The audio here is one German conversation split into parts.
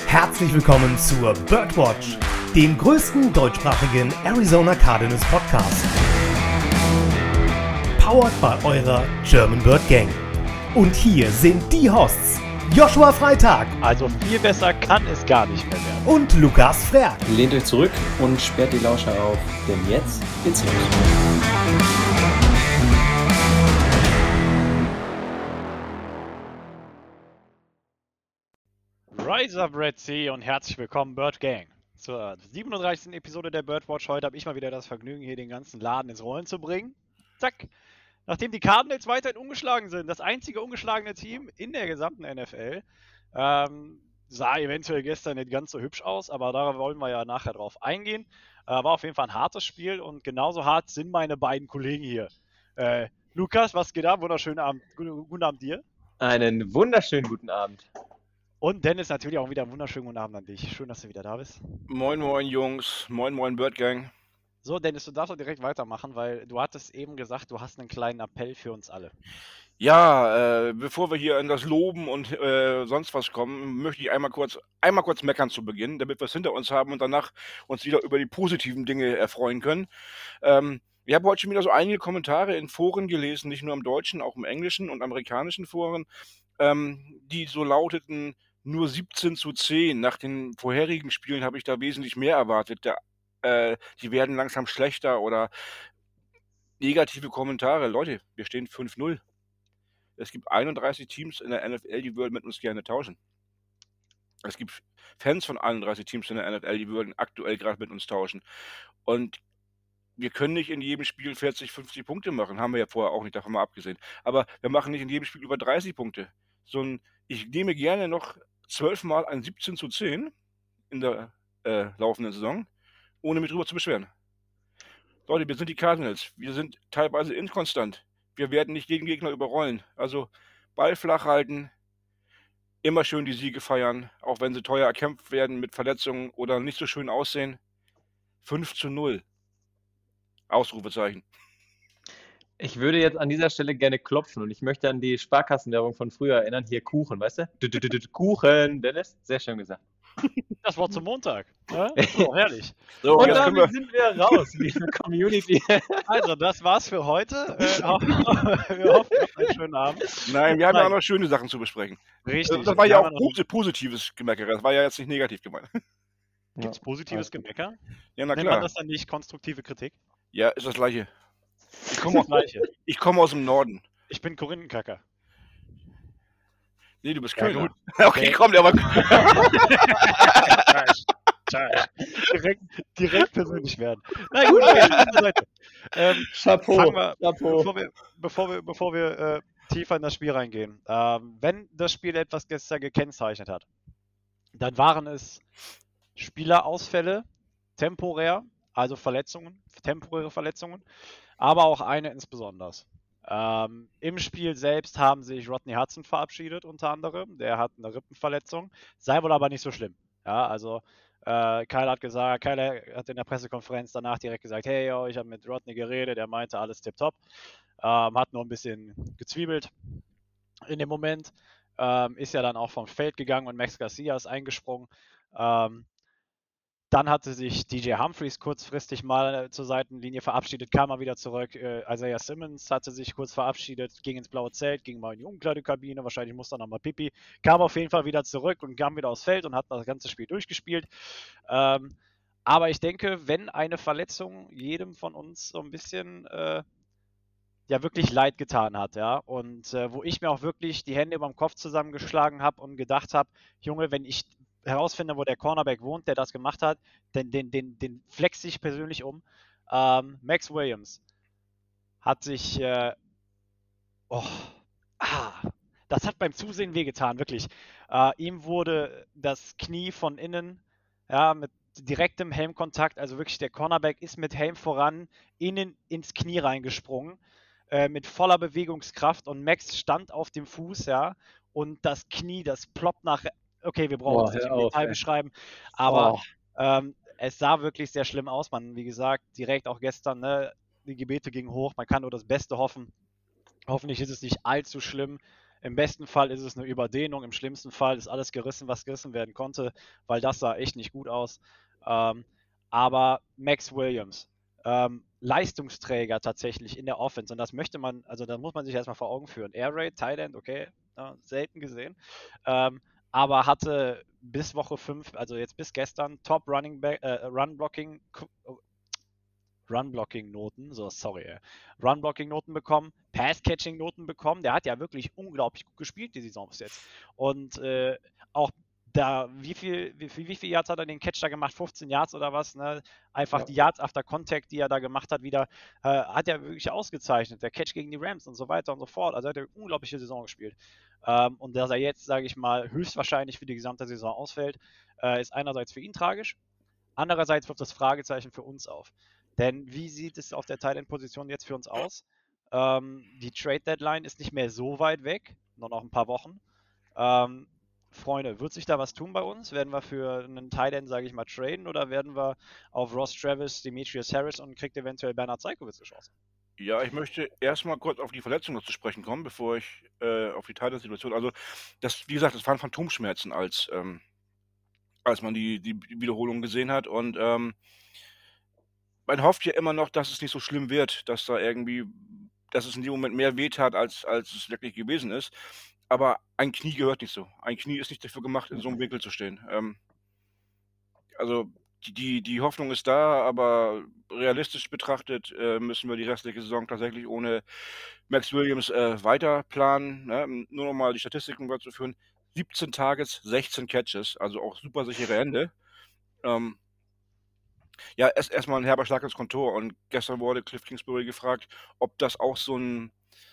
Herzlich willkommen zur Birdwatch, dem größten deutschsprachigen Arizona Cardinals Podcast. Powered by eurer German Bird Gang. Und hier sind die Hosts Joshua Freitag. Also viel besser kann es gar nicht mehr werden. Und Lukas Frerk. Lehnt euch zurück und sperrt die Lauscher auf, denn jetzt geht's los. Rise up Red Sea und herzlich willkommen Bird Gang. Zur 37. Episode der Birdwatch. Heute habe ich mal wieder das Vergnügen, hier den ganzen Laden ins Rollen zu bringen. Zack. Nachdem die Cardinals weiterhin ungeschlagen sind, das einzige ungeschlagene Team in der gesamten NFL, sah eventuell gestern nicht ganz so hübsch aus, aber darauf wollen wir ja nachher drauf eingehen. War auf jeden Fall ein hartes Spiel und genauso hart sind meine beiden Kollegen hier. Lukas, was geht ab? Wunderschönen Abend. Guten Abend dir. Einen wunderschönen guten Abend. Und Dennis, natürlich auch wieder einen wunderschönen guten Abend an dich. Schön, dass du wieder da bist. Moin, moin, Jungs. Moin, moin, Bird Gang. So, Dennis, du darfst auch direkt weitermachen, weil du hattest eben gesagt, du hast einen kleinen Appell für uns alle. Ja, bevor wir hier in das Loben und sonst was kommen, möchte ich einmal kurz meckern zu Beginn, damit wir es hinter uns haben und danach uns wieder über die positiven Dinge erfreuen können. Ich habe heute schon wieder so einige Kommentare in Foren gelesen, nicht nur im deutschen, auch im englischen und amerikanischen Foren, die so lauteten, nur 17-10. Nach den vorherigen Spielen habe ich da wesentlich mehr erwartet. Die werden langsam schlechter oder negative Kommentare. Leute, wir stehen 5-0. Es gibt 31 Teams in der NFL, die würden mit uns gerne tauschen. Es gibt Fans von 31 Teams in der NFL, die würden aktuell gerade mit uns tauschen. Und wir können nicht in jedem Spiel 40, 50 Punkte machen. Haben wir ja vorher auch nicht, davon mal abgesehen. Aber wir machen nicht in jedem Spiel über 30 Punkte. Ich nehme gerne noch 12 Mal ein 17-10 in der laufenden Saison, ohne mich drüber zu beschweren. Leute, wir sind die Cardinals. Wir sind teilweise inkonstant. Wir werden nicht jeden Gegner überrollen. Also Ball flach halten, immer schön die Siege feiern, auch wenn sie teuer erkämpft werden mit Verletzungen oder nicht so schön aussehen. 5-0. Ausrufezeichen. Ich würde jetzt an dieser Stelle gerne klopfen und ich möchte an die Sparkassenwerbung von früher erinnern. Hier Kuchen, weißt du? Kuchen, Dennis, sehr schön gesagt. Das Wort zum Montag. Ja? So, herrlich. So, Und jetzt damit sind wir raus, liebe Community. Also, das war's für heute. Wir hoffen auf einen schönen Abend. Nein, wir haben ja auch noch schöne Sachen zu besprechen. Richtig. Das war ja auch noch... positives Gemeckere. Das war ja jetzt nicht negativ gemeint. Gibt's positives Gemecker? Ja, na Nennt man klar. das dann nicht konstruktive Kritik? Ja, ist das Gleiche. Ich komme aus dem Norden. Ich bin Korinthenkacker. Nee, du bist Ja, Kölner. gut. Okay, komm, der war... direkt persönlich werden. Na gut, okay, andere Seite. Chapeau. Fangen wir, Chapeau. bevor wir tiefer in das Spiel reingehen. Wenn das Spiel etwas gestern gekennzeichnet hat, dann waren es Spielerausfälle, temporär, also Verletzungen, temporäre Verletzungen, aber auch eine insbesondere. Im Spiel selbst haben sich Rodney Hudson verabschiedet, unter anderem. Der hat eine Rippenverletzung, sei wohl aber nicht so schlimm. Ja, also Kyle hat in der Pressekonferenz danach direkt gesagt, hey, yo, ich habe mit Rodney geredet, er meinte, alles tipptopp. Hat nur ein bisschen gezwiebelt in dem Moment. Ist ja dann auch vom Feld gegangen und Max Garcia ist eingesprungen. Dann hatte sich DJ Humphries kurzfristig mal zur Seitenlinie verabschiedet, kam mal wieder zurück. Isaiah Simmons hatte sich kurz verabschiedet, ging ins blaue Zelt, ging mal in die Umkleidekabine, wahrscheinlich musste er nochmal Pipi, kam auf jeden Fall wieder zurück und kam wieder aufs Feld und hat das ganze Spiel durchgespielt. Aber ich denke, wenn eine Verletzung jedem von uns so ein bisschen wirklich leid getan hat, ja, und wo ich mir auch wirklich die Hände über dem Kopf zusammengeschlagen habe und gedacht habe, Junge, wenn ich herausfinde, wo der Cornerback wohnt, der das gemacht hat, den flex ich persönlich um. Max Williams hat sich das hat beim Zusehen wehgetan, wirklich. Ihm wurde das Knie von innen, ja, mit direktem Helmkontakt, also wirklich der Cornerback ist mit Helm voran innen ins Knie reingesprungen, mit voller Bewegungskraft und Max stand auf dem Fuß, ja, und das Knie, das ploppt nach. Okay, wir brauchen es nicht im Detail beschreiben, aber es sah wirklich sehr schlimm aus. Man, wie gesagt, direkt auch gestern, ne, die Gebete gingen hoch, man kann nur das Beste hoffen. Hoffentlich ist es nicht allzu schlimm. Im besten Fall ist es eine Überdehnung, im schlimmsten Fall ist alles gerissen, was gerissen werden konnte, weil das sah echt nicht gut aus. Aber Max Williams, Leistungsträger tatsächlich in der Offense, und das möchte man, also da muss man sich erstmal vor Augen führen. Air Raid, Tight End, okay, selten gesehen. Aber hatte bis Woche 5, also jetzt bis gestern, Top Run-Blocking-Noten, Run-Blocking-Noten bekommen, Pass-Catching-Noten bekommen. Der hat ja wirklich unglaublich gut gespielt, die Saison bis jetzt. Und auch da, wie viel Yards hat er den Catch da gemacht? 15 Yards oder was? Ne? Einfach die Yards after Contact, die er da gemacht hat, wieder, hat er wirklich ausgezeichnet. Der Catch gegen die Rams und so weiter und so fort. Also hat er eine unglaubliche Saison gespielt. Und dass er jetzt, sage ich mal, höchstwahrscheinlich für die gesamte Saison ausfällt, ist einerseits für ihn tragisch, andererseits wirft das Fragezeichen für uns auf. Denn wie sieht es auf der Tight-End-Position jetzt für uns aus? Die Trade-Deadline ist nicht mehr so weit weg, nur noch ein paar Wochen. Freunde, wird sich da was tun bei uns? Werden wir für einen Tight-End, sage ich mal, traden oder werden wir auf Ross Travis, Demetrius Harris und kriegt eventuell Bernhard Zeikowitz geschossen? Ja, ich möchte erstmal kurz auf die Verletzung noch zu sprechen kommen, bevor ich auf die Titan-Situation. Also, wie gesagt, das waren Phantomschmerzen, als man die Wiederholung gesehen hat. Und man hofft ja immer noch, dass es nicht so schlimm wird, dass es in dem Moment mehr wehtat, als es wirklich gewesen ist. Aber ein Knie gehört nicht so. Ein Knie ist nicht dafür gemacht, in so einem Winkel zu stehen. Also die Hoffnung ist da, aber realistisch betrachtet müssen wir die restliche Saison tatsächlich ohne Max Williams weiter planen. Ne? Nur noch mal die Statistiken überzuführen. 17 Targets, 16 Catches, also auch super sichere Hände. Ja, erstmal ein herber Schlag ins Kontor. Und gestern wurde Cliff Kingsbury gefragt, ob das auch so einen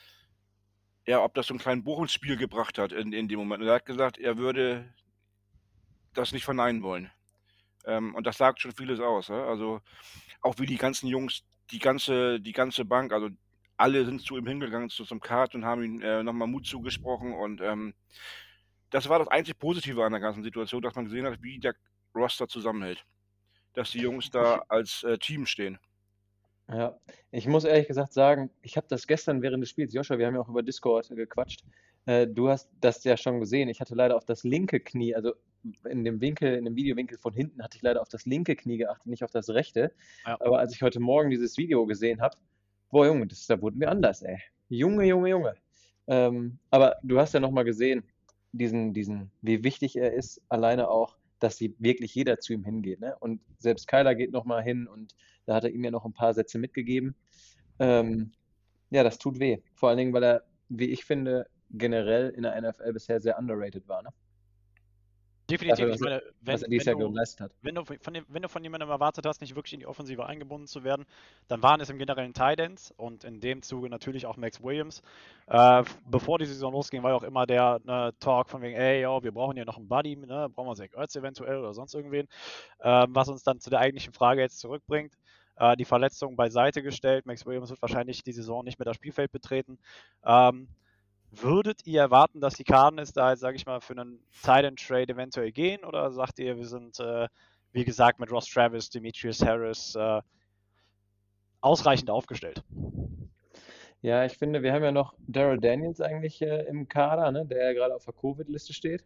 kleinen Bruch ins Spiel gebracht hat in dem Moment. Und er hat gesagt, er würde das nicht verneinen wollen. Und das sagt schon vieles aus. Ja? Also auch wie die ganzen Jungs, die ganze Bank, also alle sind zu ihm hingegangen, zum Kart und haben ihm nochmal Mut zugesprochen. Und das war das einzig Positive an der ganzen Situation, dass man gesehen hat, wie der Roster zusammenhält. Dass die Jungs da als Team stehen. Ja, ich muss ehrlich gesagt sagen, ich habe das gestern während des Spiels, Joshua, wir haben ja auch über Discord gequatscht. Du hast das ja schon gesehen. Ich hatte leider auf das linke Knie, also in dem Videowinkel von hinten, hatte ich leider auf das linke Knie geachtet, nicht auf das rechte. Ja. Aber als ich heute Morgen dieses Video gesehen habe, boah, Junge, da wurden wir anders, ey. Junge. Aber du hast ja nochmal gesehen, wie wichtig er ist, alleine auch, dass wirklich jeder zu ihm hingeht. Ne? Und selbst Kyler geht nochmal hin und da hat er ihm ja noch ein paar Sätze mitgegeben. Ja, das tut weh. Vor allen Dingen, weil er, wie ich finde, generell in der NFL bisher sehr underrated war. Ne? Definitiv. Dafür, Ich meine, was er dieses Jahr geleistet hat. wenn du von jemandem erwartet hast, nicht wirklich in die Offensive eingebunden zu werden, dann waren es im generellen Tight Ends und in dem Zuge natürlich auch Max Williams. Bevor die Saison losging, war ja auch immer der Talk von wegen, ey, yo, wir brauchen ja noch einen Buddy, ne? Brauchen wir Zach Ertz eventuell oder sonst irgendwen. Was uns dann zu der eigentlichen Frage jetzt zurückbringt. Die Verletzung beiseite gestellt. Max Williams wird wahrscheinlich die Saison nicht mehr das Spielfeld betreten. Würdet ihr erwarten, dass die Cardinals da jetzt, sage ich mal, für einen Tight-End-Trade eventuell gehen? Oder sagt ihr, wir sind, wie gesagt, mit Ross Travis, Demetrius Harris ausreichend aufgestellt? Ja, ich finde, wir haben ja noch Darrell Daniels eigentlich im Kader, ne, der ja gerade auf der Covid-Liste steht.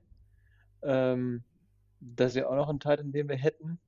Das ist ja auch noch ein Tight End, den wir hätten.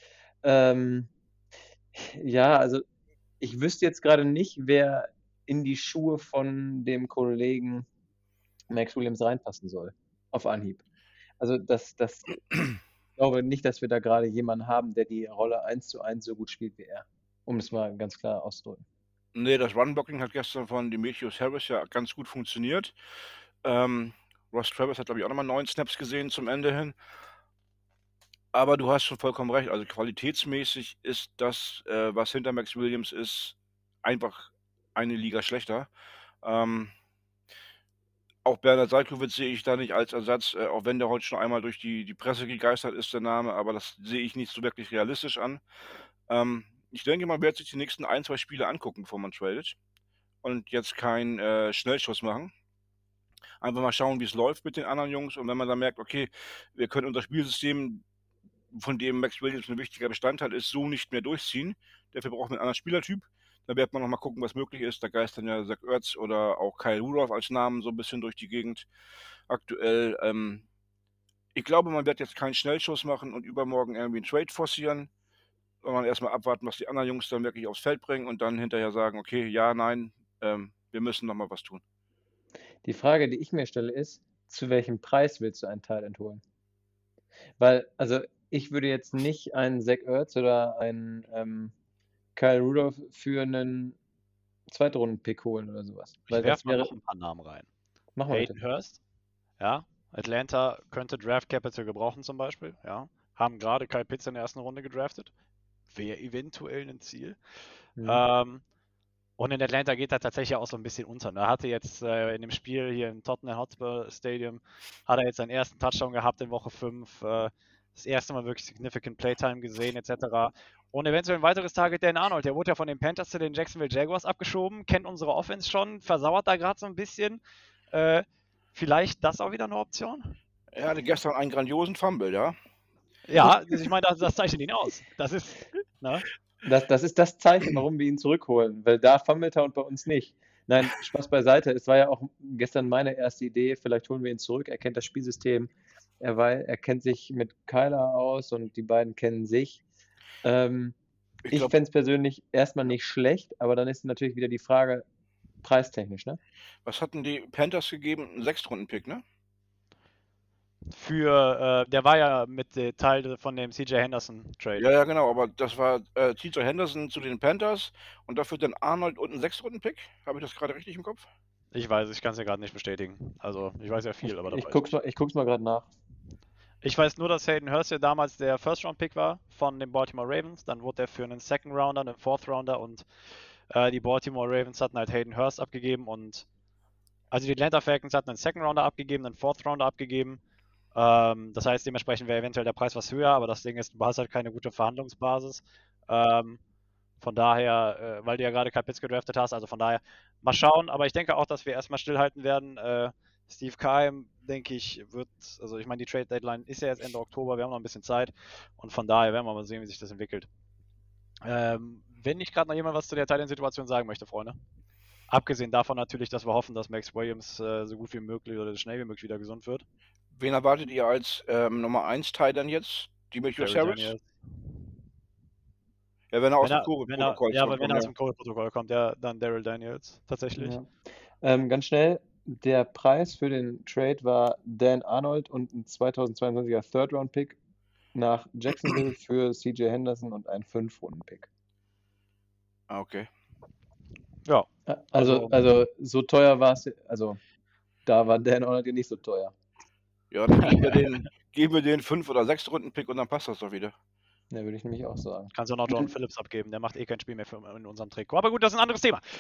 Ja, also ich wüsste jetzt gerade nicht, wer in die Schuhe von dem Kollegen Max Williams reinpassen soll, auf Anhieb. Also ich glaube nicht, dass wir da gerade jemanden haben, der die Rolle 1:1 so gut spielt wie er, um es mal ganz klar auszudrücken. Nee, das Run-Blocking hat gestern von Demetrius Harris ja ganz gut funktioniert. Ross Travis hat, glaube ich, auch nochmal 9 Snaps gesehen zum Ende hin. Aber du hast schon vollkommen recht. Also qualitätsmäßig ist das, was hinter Max Williams ist, einfach eine Liga schlechter. Auch Bernhard Zeikowitz sehe ich da nicht als Ersatz, auch wenn der heute schon einmal durch die Presse gegeistert ist, der Name, aber das sehe ich nicht so wirklich realistisch an. Ich denke, man wird sich die nächsten 1, 2 Spiele angucken, bevor man tradet und jetzt keinen Schnellschuss machen. Einfach mal schauen, wie es läuft mit den anderen Jungs und wenn man dann merkt, okay, wir können unser Spielsystem, von dem Max Williams ein wichtiger Bestandteil ist, so nicht mehr durchziehen. Dafür brauchen wir einen anderen Spielertyp. Da wird man noch mal gucken, was möglich ist. Da geistern ja Zach Ertz oder auch Kyle Rudolph als Namen so ein bisschen durch die Gegend aktuell. Ich glaube, man wird jetzt keinen Schnellschuss machen und übermorgen irgendwie einen Trade forcieren, sondern erstmal abwarten, was die anderen Jungs dann wirklich aufs Feld bringen und dann hinterher sagen, okay, ja, nein, wir müssen noch mal was tun. Die Frage, die ich mir stelle, ist, zu welchem Preis willst du einen Tight End holen? Weil, also ich würde jetzt nicht einen Zach Ertz oder einen Kyle Rudolph für einen Zweitrunden-Pick holen oder sowas. Ich Weil werfe das mal wäre. noch ein paar Namen rein. Mach mal Hayden bitte. Hurst, ja. Atlanta könnte Draft Capital gebrauchen zum Beispiel, ja. Haben gerade Kyle Pitts in der ersten Runde gedraftet. Wäre eventuell ein Ziel. Mhm. Und in Atlanta geht er tatsächlich auch so ein bisschen unter. Er hatte jetzt in dem Spiel hier im Tottenham Hotspur Stadium, hat er jetzt seinen ersten Touchdown gehabt in Woche 5. Das erste Mal wirklich significant Playtime gesehen, etc. Und eventuell ein weiteres Target, Dan Arnold. Der wurde ja von den Panthers zu den Jacksonville Jaguars abgeschoben, kennt unsere Offense schon, versauert da gerade so ein bisschen. Vielleicht das auch wieder eine Option? Er hatte gestern einen grandiosen Fumble, ja. Ja, ich meine, das zeichnet ihn aus. Das ist, ne? Das ist das Zeichen, warum wir ihn zurückholen, weil da fummelt er und bei uns nicht. Nein, Spaß beiseite. Es war ja auch gestern meine erste Idee, vielleicht holen wir ihn zurück. Er kennt das Spielsystem, er kennt sich mit Kyler aus und die beiden kennen sich. Ich Ich glaube, fände es persönlich erstmal nicht schlecht, aber dann ist natürlich wieder die Frage, preistechnisch, ne? was hatten die Panthers gegeben? Einen 6-Runden-Pick, ne? Der war ja mit Teil von dem CJ Henderson Trade. Ja, genau, aber das war TJ Henderson zu den Panthers und dafür dann Arnold und ein 6-Runden-Pick. Habe ich das gerade richtig im Kopf? Ich weiß, ich kann es ja gerade nicht bestätigen. Also, ich weiß ja viel, aber das Ich weiß guck's ich. mal, ich guck's mal gerade nach. Ich weiß nur, dass Hayden Hurst ja damals der First-Round-Pick war von den Baltimore Ravens. Dann wurde er für einen Second-Rounder, einen Fourth-Rounder und die Baltimore Ravens hatten halt Hayden Hurst abgegeben und also die Atlanta Falcons hatten einen Second-Rounder abgegeben, einen Fourth-Rounder abgegeben. Das heißt, dementsprechend wäre eventuell der Preis was höher, aber das Ding ist, du hast halt keine gute Verhandlungsbasis. Von daher, weil du ja gerade Kyle Pitts gedraftet hast, also von daher mal schauen, aber ich denke auch, dass wir erstmal stillhalten werden. Steve Keim, denke ich, also ich meine, die Trade Deadline ist ja jetzt Ende Oktober, wir haben noch ein bisschen Zeit und von daher werden wir mal sehen, wie sich das entwickelt. Wenn nicht gerade noch jemand was zu der Tight-End-Situation sagen möchte, Freunde. Abgesehen davon natürlich, dass wir hoffen, dass Max Williams so gut wie möglich oder so schnell wie möglich wieder gesund wird. Wen erwartet ihr als Nummer 1 Teil dann jetzt? Demetrius Daryl Harris? Daniels. Ja, wenn er aus Wenn dem er, wenn er, Covid-Protokoll ja, aber wenn er aus zurückkommt, dem Code-Protokoll kommt, ja, dann Daryl Daniels, tatsächlich. Ja. Ganz schnell, der Preis für den Trade war Dan Arnold und ein 2022er Third-Round-Pick nach Jacksonville für CJ Henderson und ein 5-Runden-Pick. ja. Ah, okay. Ja, Also so teuer war es, also da war Dan Arnold ja nicht so teuer. Ja, dann geben wir den 5- oder 6-Runden-Pick und dann passt das doch wieder. Ja, würde ich nämlich auch sagen. kannst du auch noch Jordan Phillips abgeben, der macht eh kein Spiel mehr in unserem Trikot. Aber gut, das ist ein anderes Thema.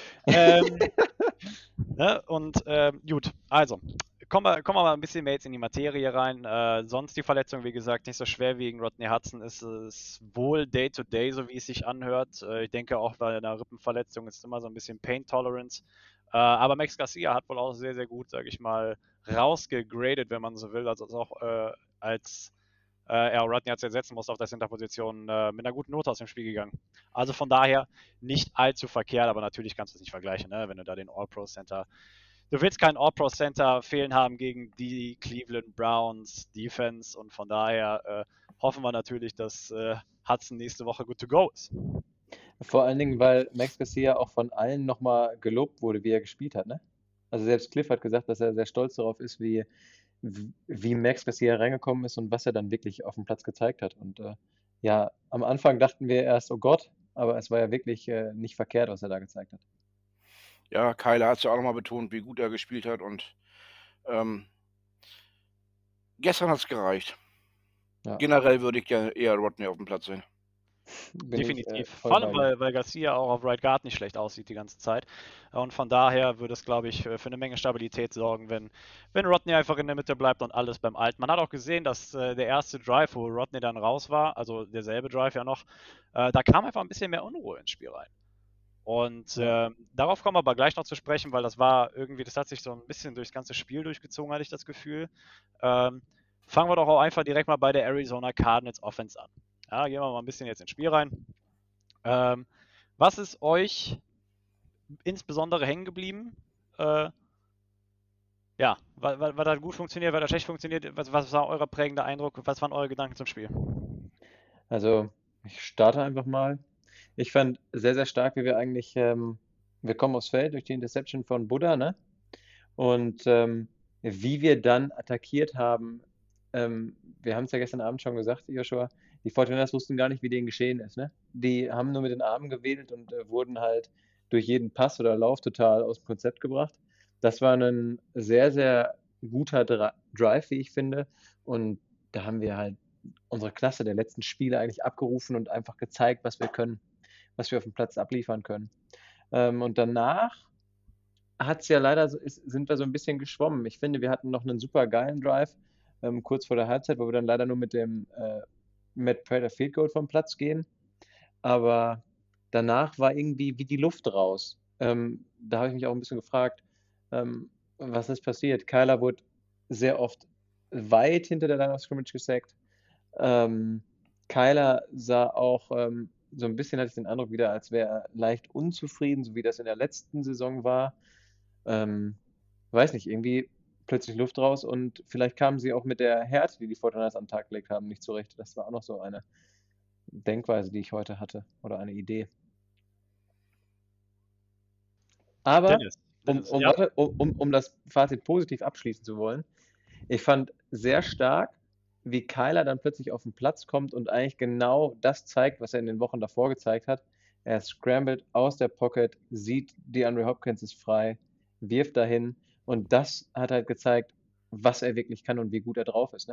Ne? Und gut, also, kommen wir mal ein bisschen mehr jetzt in die Materie rein. Sonst die Verletzung, wie gesagt, nicht so schwerwiegend. Rodney Hudson ist es wohl Day-to-Day, so wie es sich anhört. Ich denke auch bei einer Rippenverletzung ist immer so ein bisschen Pain-Tolerance. Aber Max Garcia hat wohl auch sehr, sehr gut, sage ich mal, rausgegradet, wenn man so will. Also auch als Rodney hat es ersetzen musste auf der Center-Position, mit einer guten Note aus dem Spiel gegangen. Also von daher nicht allzu verkehrt, aber natürlich kannst du es nicht vergleichen, ne? Wenn du da den All-Pro-Center. Du willst keinen All-Pro-Center fehlen haben gegen die Cleveland Browns Defense und von daher hoffen wir natürlich, dass Hudson nächste Woche good to go ist. Vor allen Dingen, weil Max Garcia auch von allen nochmal gelobt wurde, wie er gespielt hat, ne? Also selbst Cliff hat gesagt, dass er sehr stolz darauf ist, wie Max Garcia reingekommen ist und was er dann wirklich auf dem Platz gezeigt hat. Und ja, am Anfang dachten wir erst, oh Gott, aber es war ja wirklich nicht verkehrt, was er da gezeigt hat. Ja, Kyler hat es ja auch nochmal betont, wie gut er gespielt hat und gestern hat es gereicht. Ja. Generell würde ich ja eher Rodney auf dem Platz sehen. Definitiv. Vor allem, weil Garcia auch auf Right Guard nicht schlecht aussieht die ganze Zeit. Und von daher würde es, glaube ich, für eine Menge Stabilität sorgen, wenn Rodney einfach in der Mitte bleibt und alles beim Alten. Man hat auch gesehen, dass der erste Drive, wo Rodney dann raus war, also derselbe Drive ja noch, da kam einfach ein bisschen mehr Unruhe ins Spiel rein. Und darauf kommen wir aber gleich noch zu sprechen, weil das hat sich so ein bisschen durchs ganze Spiel durchgezogen, hatte ich das Gefühl. Fangen wir doch auch einfach direkt mal bei der Arizona Cardinals Offense an. Ja, gehen wir mal ein bisschen jetzt ins Spiel rein. Was ist euch insbesondere hängen geblieben? Ja, was hat gut funktioniert, was hat schlecht funktioniert? Was war euer prägender Eindruck? Was waren eure Gedanken zum Spiel? Also, ich starte einfach mal. Ich fand sehr, sehr stark, wie wir eigentlich, wir kommen aufs Feld durch die Interception von Buddha, ne? Und wie wir dann attackiert haben, wir haben es ja gestern Abend schon gesagt, Joshua, die Fortinanders wussten gar nicht, wie denen geschehen ist, ne? Die haben nur mit den Armen gewedelt und wurden halt durch jeden Pass oder Lauf total aus dem Konzept gebracht. Das war ein sehr, sehr guter Drive, wie ich finde. Und da haben wir halt unsere Klasse der letzten Spiele eigentlich abgerufen und einfach gezeigt, was wir können, was wir auf dem Platz abliefern können. Und danach hat's ja leider sind wir so ein bisschen geschwommen. Ich finde, wir hatten noch einen super geilen Drive, kurz vor der Halbzeit, wo wir dann leider nur mit dem Matt Prater Field Goal vom Platz gehen. Aber danach war irgendwie wie die Luft raus. Da habe ich mich auch ein bisschen gefragt, was ist passiert? Kyler wurde sehr oft weit hinter der Line of Scrimmage gesackt. Kyler sah auch so ein bisschen, hatte ich den Eindruck wieder, als wäre er leicht unzufrieden, so wie das in der letzten Saison war. Weiß nicht, irgendwie plötzlich Luft raus und vielleicht kamen sie auch mit der Härte, die die Fortinanders an den Tag gelegt haben, nicht zurecht. Das war auch noch so eine Denkweise, die ich heute hatte oder eine Idee. Aber um das Fazit positiv abschließen zu wollen, ich fand sehr stark, wie Kyler dann plötzlich auf den Platz kommt und eigentlich genau das zeigt, was er in den Wochen davor gezeigt hat. Er scrambled aus der Pocket, sieht, DeAndre Hopkins ist frei, wirft dahin und das hat halt gezeigt, was er wirklich kann und wie gut er drauf ist. Ne?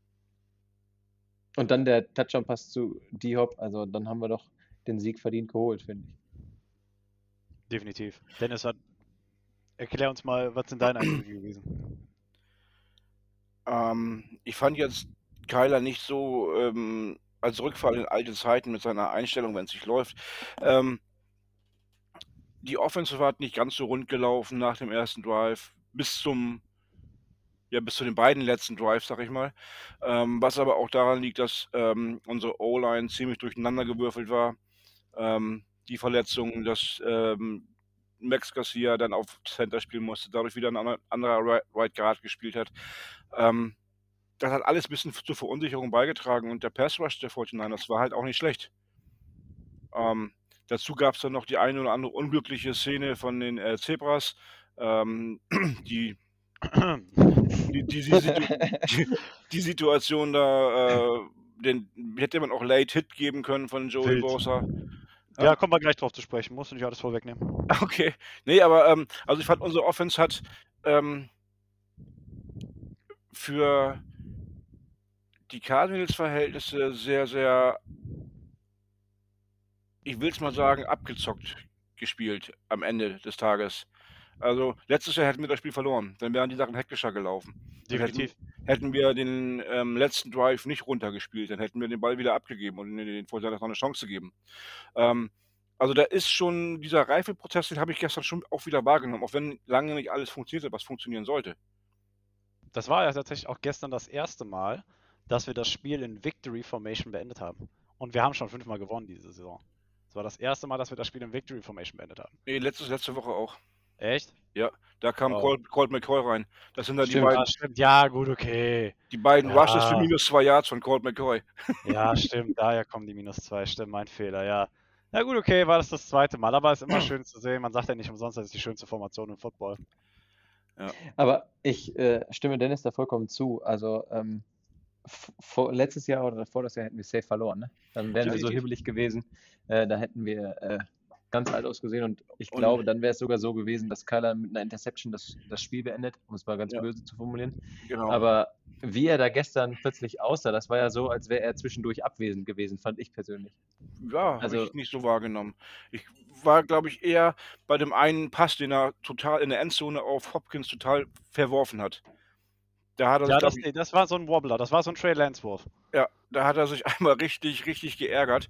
Und dann der Touchdown-Pass zu D-Hop, also dann haben wir doch den Sieg verdient geholt, finde ich. Definitiv. Dennis, erklär uns mal, was sind deine Eindrücke gewesen? Ich fand jetzt Kyler nicht so als Rückfall in alte Zeiten mit seiner Einstellung, wenn es nicht läuft. Die Offensive hat nicht ganz so rund gelaufen nach dem ersten Drive, bis zu den beiden letzten Drives, sag ich mal. Was aber auch daran liegt, dass unsere O-Line ziemlich durcheinander gewürfelt war. Die Verletzungen, dass Max Garcia dann auf Center spielen musste, dadurch wieder ein anderer Right Guard gespielt hat. Das hat alles ein bisschen zur Verunsicherung beigetragen und der Pass Rush der 49ers war halt auch nicht schlecht. Dazu gab es dann noch die eine oder andere unglückliche Szene von den Zebras, die Situation da, den hätte man auch Late Hit geben können von Joey Bosa. Ja, kommen wir gleich drauf zu sprechen. Musst du nicht alles vorwegnehmen. Okay. Nee, aber also ich fand, unsere Offense hat für die Cardinals-Verhältnisse sehr, sehr, ich will es mal sagen, abgezockt gespielt am Ende des Tages. Also letztes Jahr hätten wir das Spiel verloren, dann wären die Sachen hektischer gelaufen. Definitiv. Hätten wir den letzten Drive nicht runtergespielt, dann hätten wir den Ball wieder abgegeben und den Fortinanders noch eine Chance gegeben. Also da ist schon dieser Reifeprozess, den habe ich gestern schon auch wieder wahrgenommen, auch wenn lange nicht alles funktioniert hat, was funktionieren sollte. Das war ja tatsächlich auch gestern das erste Mal, dass wir das Spiel in Victory Formation beendet haben. Und wir haben schon 5-mal gewonnen diese Saison. Das war das erste Mal, dass wir das Spiel in Victory Formation beendet haben. Nee, letzte Woche auch. Echt? Ja, da kam Colt McCoy rein. Das sind dann Stimmt. die beiden. Stimmt. Ja, gut, okay. Die beiden Ja. Rushes für -2 Yards von Colt McCoy. Ja, stimmt. Daher kommen die -2. Stimmt, mein Fehler, ja. Na gut, okay, war das zweite Mal. Aber es ist immer schön zu sehen. Man sagt ja nicht umsonst, das ist die schönste Formation im Football. Ja. Aber ich stimme Dennis da vollkommen zu. Also letztes Jahr oder vor das Jahr hätten wir safe verloren. Ne? Dann wären wir so hibbelig gewesen. Da hätten wir ganz alt ausgesehen und ich glaube, dann wäre es sogar so gewesen, dass Kyler mit einer Interception das Spiel beendet, um es mal ganz böse zu formulieren. Genau. Aber wie er da gestern plötzlich aussah, das war ja so, als wäre er zwischendurch abwesend gewesen, fand ich persönlich. Ja, Also- habe ich nicht so wahrgenommen. Ich war, glaube ich, eher bei dem einen Pass, den er total in der Endzone auf Hopkins total verworfen hat. Da hat er Ja, sich, das war so ein Wobbler. Das war so ein Trey Lance-Wurf. ja, da hat er sich einmal richtig, richtig geärgert.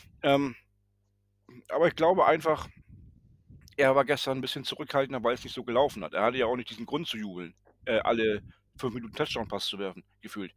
Aber ich glaube einfach, er war gestern ein bisschen zurückhaltender, weil es nicht so gelaufen hat. Er hatte ja auch nicht diesen Grund zu jubeln, alle 5 Minuten Touchdown-Pass zu werfen, gefühlt.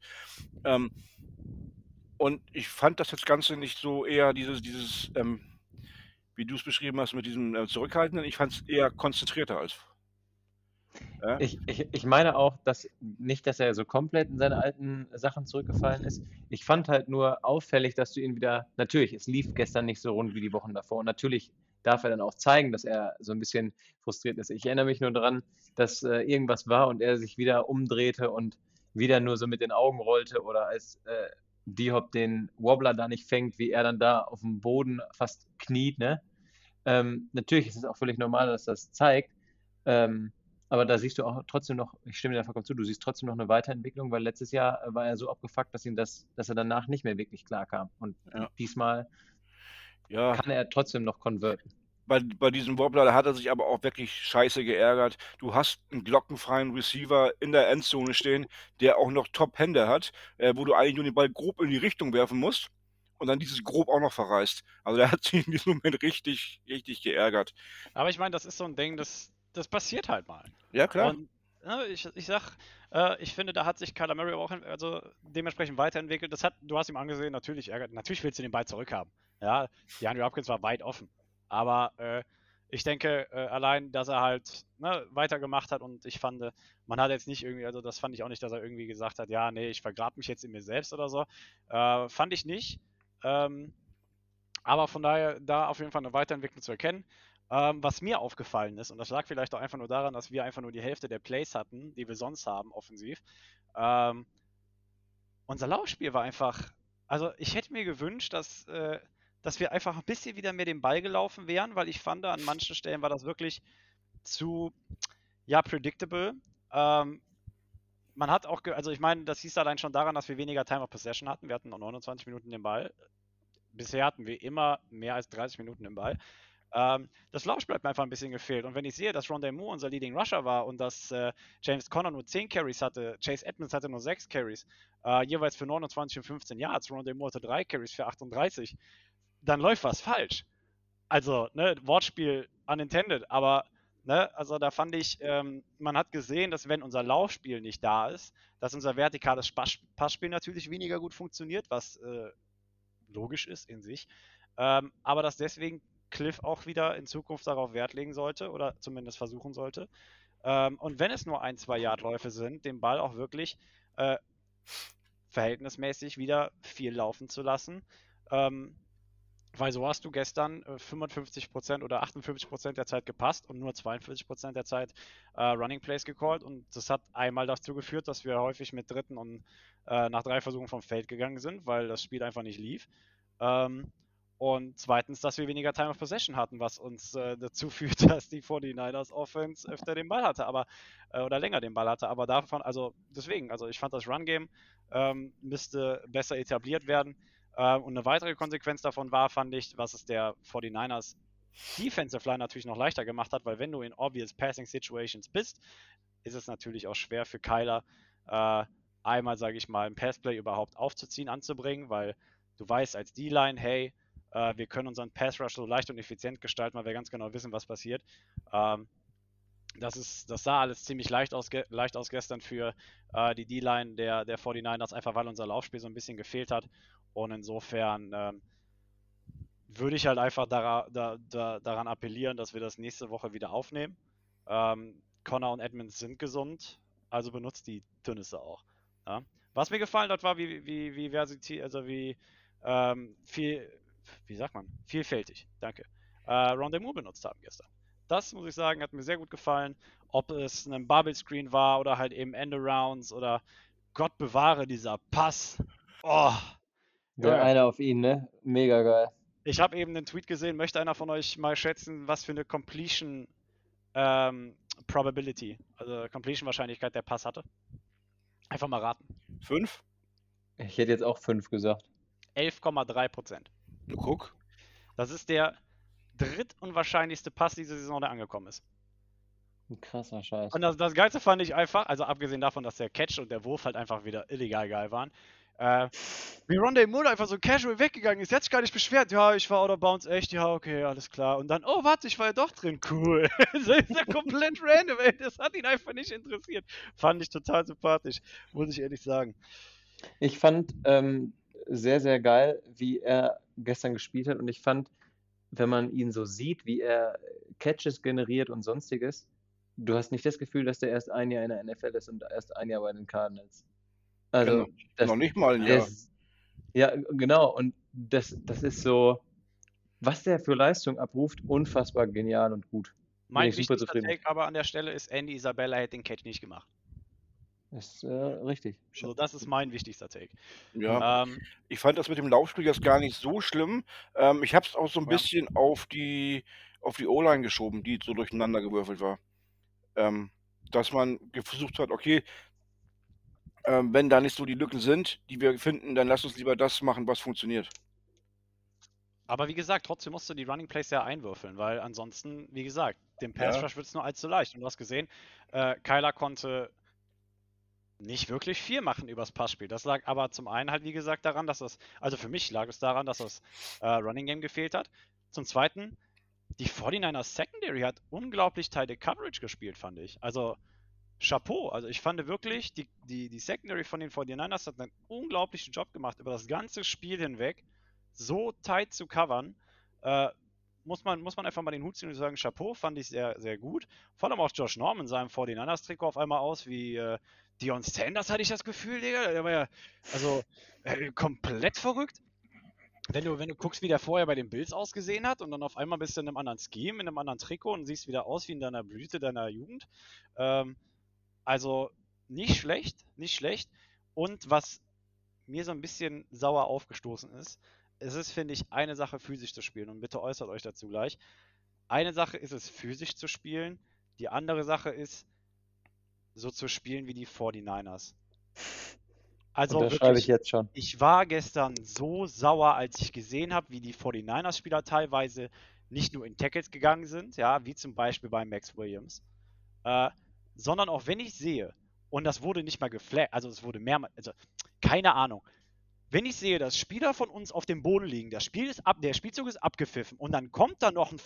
Und ich fand das jetzt Ganze nicht so eher dieses wie du es beschrieben hast mit diesem Zurückhaltenden. Ich fand es eher konzentrierter als. Ja? Ich meine auch, dass nicht, dass er so komplett in seine alten Sachen zurückgefallen ist. Ich fand halt nur auffällig, dass du ihn wieder, natürlich, es lief gestern nicht so rund wie die Wochen davor. Und natürlich darf er dann auch zeigen, dass er so ein bisschen frustriert ist. Ich erinnere mich nur daran, dass irgendwas war und er sich wieder umdrehte und wieder nur so mit den Augen rollte oder als D-Hop den Wobbler da nicht fängt, wie er dann da auf dem Boden fast kniet, ne? Natürlich ist es auch völlig normal, dass das zeigt. Aber da siehst du auch trotzdem noch, ich stimme dir da vollkommen zu, du siehst trotzdem noch eine Weiterentwicklung, weil letztes Jahr war er so abgefuckt, dass er danach nicht mehr wirklich klar kam. Und Ja. diesmal Ja, kann er trotzdem noch konverten. bei diesem Wobbler, da hat er sich aber auch wirklich scheiße geärgert. Du hast einen glockenfreien Receiver in der Endzone stehen, der auch noch Top-Hände hat, wo du eigentlich nur den Ball grob in die Richtung werfen musst und dann dieses grob auch noch verreißt. Also der hat sich in diesem Moment richtig, richtig geärgert. Aber ich meine, das ist so ein Ding, das passiert halt mal. Ja, klar. Und ich sag, ich finde, da hat sich Kyler Murray auch also dementsprechend weiterentwickelt. Du hast ihm angesehen, natürlich willst du den Ball zurückhaben. Ja, DeAndre Hopkins war weit offen. Aber ich denke, allein, dass er halt weitergemacht hat und ich fand, man hat jetzt nicht irgendwie, also das fand ich auch nicht, dass er irgendwie gesagt hat, ja, nee, ich vergrabe mich jetzt in mir selbst oder so. Fand ich nicht. Aber von daher, da auf jeden Fall eine Weiterentwicklung zu erkennen. Was mir aufgefallen ist, und das lag vielleicht auch einfach nur daran, dass wir einfach nur die Hälfte der Plays hatten, die wir sonst haben, offensiv. Unser Laufspiel war einfach, also ich hätte mir gewünscht, dass wir einfach ein bisschen wieder mehr den Ball gelaufen wären, weil ich fand, an manchen Stellen war das wirklich zu, ja, predictable. Man hat auch, also ich meine, das hieß allein schon daran, dass wir weniger Time of Possession hatten. Wir hatten noch 29 Minuten den Ball. Bisher hatten wir immer mehr als 30 Minuten den Ball. Das Laufspiel hat mir einfach ein bisschen gefehlt. Und wenn ich sehe, dass Rondale Moore unser Leading Rusher war und dass James Conner nur 10 Carries hatte, Chase Edmonds hatte nur 6 Carries, jeweils für 29 und 15 Yards, Rondale Moore hatte 3 Carries für 38, dann läuft was falsch. Also, Wortspiel unintended, aber, also da fand ich, man hat gesehen, dass wenn unser Laufspiel nicht da ist, dass unser vertikales Passspiel natürlich weniger gut funktioniert, was logisch ist in sich, aber dass deswegen Cliff auch wieder in Zukunft darauf Wert legen sollte oder zumindest versuchen sollte. Und wenn es nur 1-2 Yard-Läufe sind, den Ball auch wirklich verhältnismäßig wieder viel laufen zu lassen. Weil so hast du gestern 55% oder 58% der Zeit gepasst und nur 42% der Zeit Running Plays gecallt. Und das hat einmal dazu geführt, dass wir häufig mit dritten und nach 3 Versuchen vom Feld gegangen sind, weil das Spiel einfach nicht lief. Und zweitens, dass wir weniger Time of Possession hatten, was uns dazu führt, dass die 49ers Offense öfter den Ball hatte, aber oder länger den Ball hatte. Aber davon, also deswegen, also ich fand das Run-Game müsste besser etabliert werden. Und eine weitere Konsequenz davon war, fand ich, was es der 49ers Defensive Line natürlich noch leichter gemacht hat, weil wenn du in obvious Passing Situations bist, ist es natürlich auch schwer für Kyler einmal, sage ich mal, ein Passplay überhaupt aufzuziehen, anzubringen, weil du weißt als D-Line, hey, wir können unseren Pass Rush so leicht und effizient gestalten, weil wir ganz genau wissen, was passiert. Das sah alles ziemlich leicht aus gestern für die D-Line der 49ers, einfach weil unser Laufspiel so ein bisschen gefehlt hat. Und insofern würde ich halt einfach daran appellieren, dass wir das nächste Woche wieder aufnehmen. Conner und Edmonds sind gesund, also benutzt die Tünnisse auch. Ja? Was mir gefallen hat, war vielfältig, danke, Rondale Moore benutzt haben gestern. Das, muss ich sagen, hat mir sehr gut gefallen. Ob es ein Bubble Screen war oder halt eben Endarounds oder Gott bewahre, dieser Pass. Oh, Der eine auf ihn, ne? Mega geil. ich habe eben einen Tweet gesehen. Möchte einer von euch mal schätzen, was für eine Completion Probability, also Completion Wahrscheinlichkeit der Pass hatte? Einfach mal raten. 5? Ich hätte jetzt auch 5 gesagt. 11,3%. Guck. Das ist der drittunwahrscheinlichste Pass diese Saison, der angekommen ist. Ein krasser Scheiß. Und das Geilste fand ich einfach, also abgesehen davon, dass der Catch und der Wurf halt einfach wieder illegal geil waren, wie Rondale Moore einfach so casual weggegangen ist. Der hat sich gar nicht beschwert. Ja, ich war out of bounds, echt. Ja, okay, alles klar. Und dann, oh, warte, ich war ja doch drin. Cool. Das ist ja komplett random, ey. Das hat ihn einfach nicht interessiert. Fand ich total sympathisch, muss ich ehrlich sagen. Ich fand sehr, sehr geil, wie er gestern gespielt hat. Und ich fand, wenn man ihn so sieht, wie er Catches generiert und sonstiges, du hast nicht das Gefühl, dass der erst ein Jahr in der NFL ist und erst ein Jahr bei den Cardinals. Also, Noch nicht mal ein der Jahr. ja, genau. Und das ist so, was der für Leistung abruft, unfassbar genial und gut. Mein ich super wichtigster zufrieden. Take aber an der Stelle ist, Andy Isabella hätte den Catch nicht gemacht. Das ist richtig. So, das ist mein wichtigster Take. Ja, ich fand das mit dem Laufspiel jetzt gar nicht so schlimm. Ich habe es auch so ein Ja. bisschen auf die O-Line geschoben, die so durcheinander gewürfelt war. Dass man versucht hat, okay, wenn da nicht so die Lücken sind, die wir finden, dann lass uns lieber das machen, was funktioniert. Aber wie gesagt, trotzdem musst du die Running Plays ja einwürfeln, weil ansonsten, wie gesagt, dem Pass Rush wird es nur allzu leicht. Und du hast gesehen, Kyler konnte nicht wirklich viel machen übers Passspiel. Das lag aber zum einen halt, wie gesagt, daran, dass also für mich lag es daran, dass das Running Game gefehlt hat. Zum zweiten, die 49ers Secondary hat unglaublich tighte Coverage gespielt, fand ich. Also, Chapeau. Also, ich fand wirklich, die Secondary von den 49ers hat einen unglaublichen Job gemacht, über das ganze Spiel hinweg so tight zu covern. Muss man einfach mal den Hut ziehen und sagen, Chapeau, fand ich sehr, sehr gut. Vor allem auch Josh Norman in seinem 49ers-Trikot auf einmal aus wie Deion Sanders, hatte ich das Gefühl, Digga. Der war ja komplett verrückt. Wenn du guckst, wie der vorher bei den Bills ausgesehen hat und dann auf einmal bist du in einem anderen Scheme, in einem anderen Trikot und siehst wieder aus wie in deiner Blüte deiner Jugend. Also nicht schlecht, nicht schlecht. Und was mir so ein bisschen sauer aufgestoßen ist, es ist, finde ich, eine Sache, physisch zu spielen. Und bitte äußert euch dazu gleich. Eine Sache ist es, physisch zu spielen. Die andere Sache ist, so zu spielen wie die 49ers. Also das schreibe ich wirklich, jetzt schon. ich war gestern so sauer, als ich gesehen habe, wie die 49ers-Spieler teilweise nicht nur in Tackles gegangen sind, ja, wie zum Beispiel bei Max Williams, sondern auch wenn ich sehe, und das wurde nicht mal geflaggt, also es wurde mehrmals, also keine Ahnung, wenn ich sehe, dass Spieler von uns auf dem Boden liegen, der Spielzug ist abgepfiffen und dann kommt da noch ein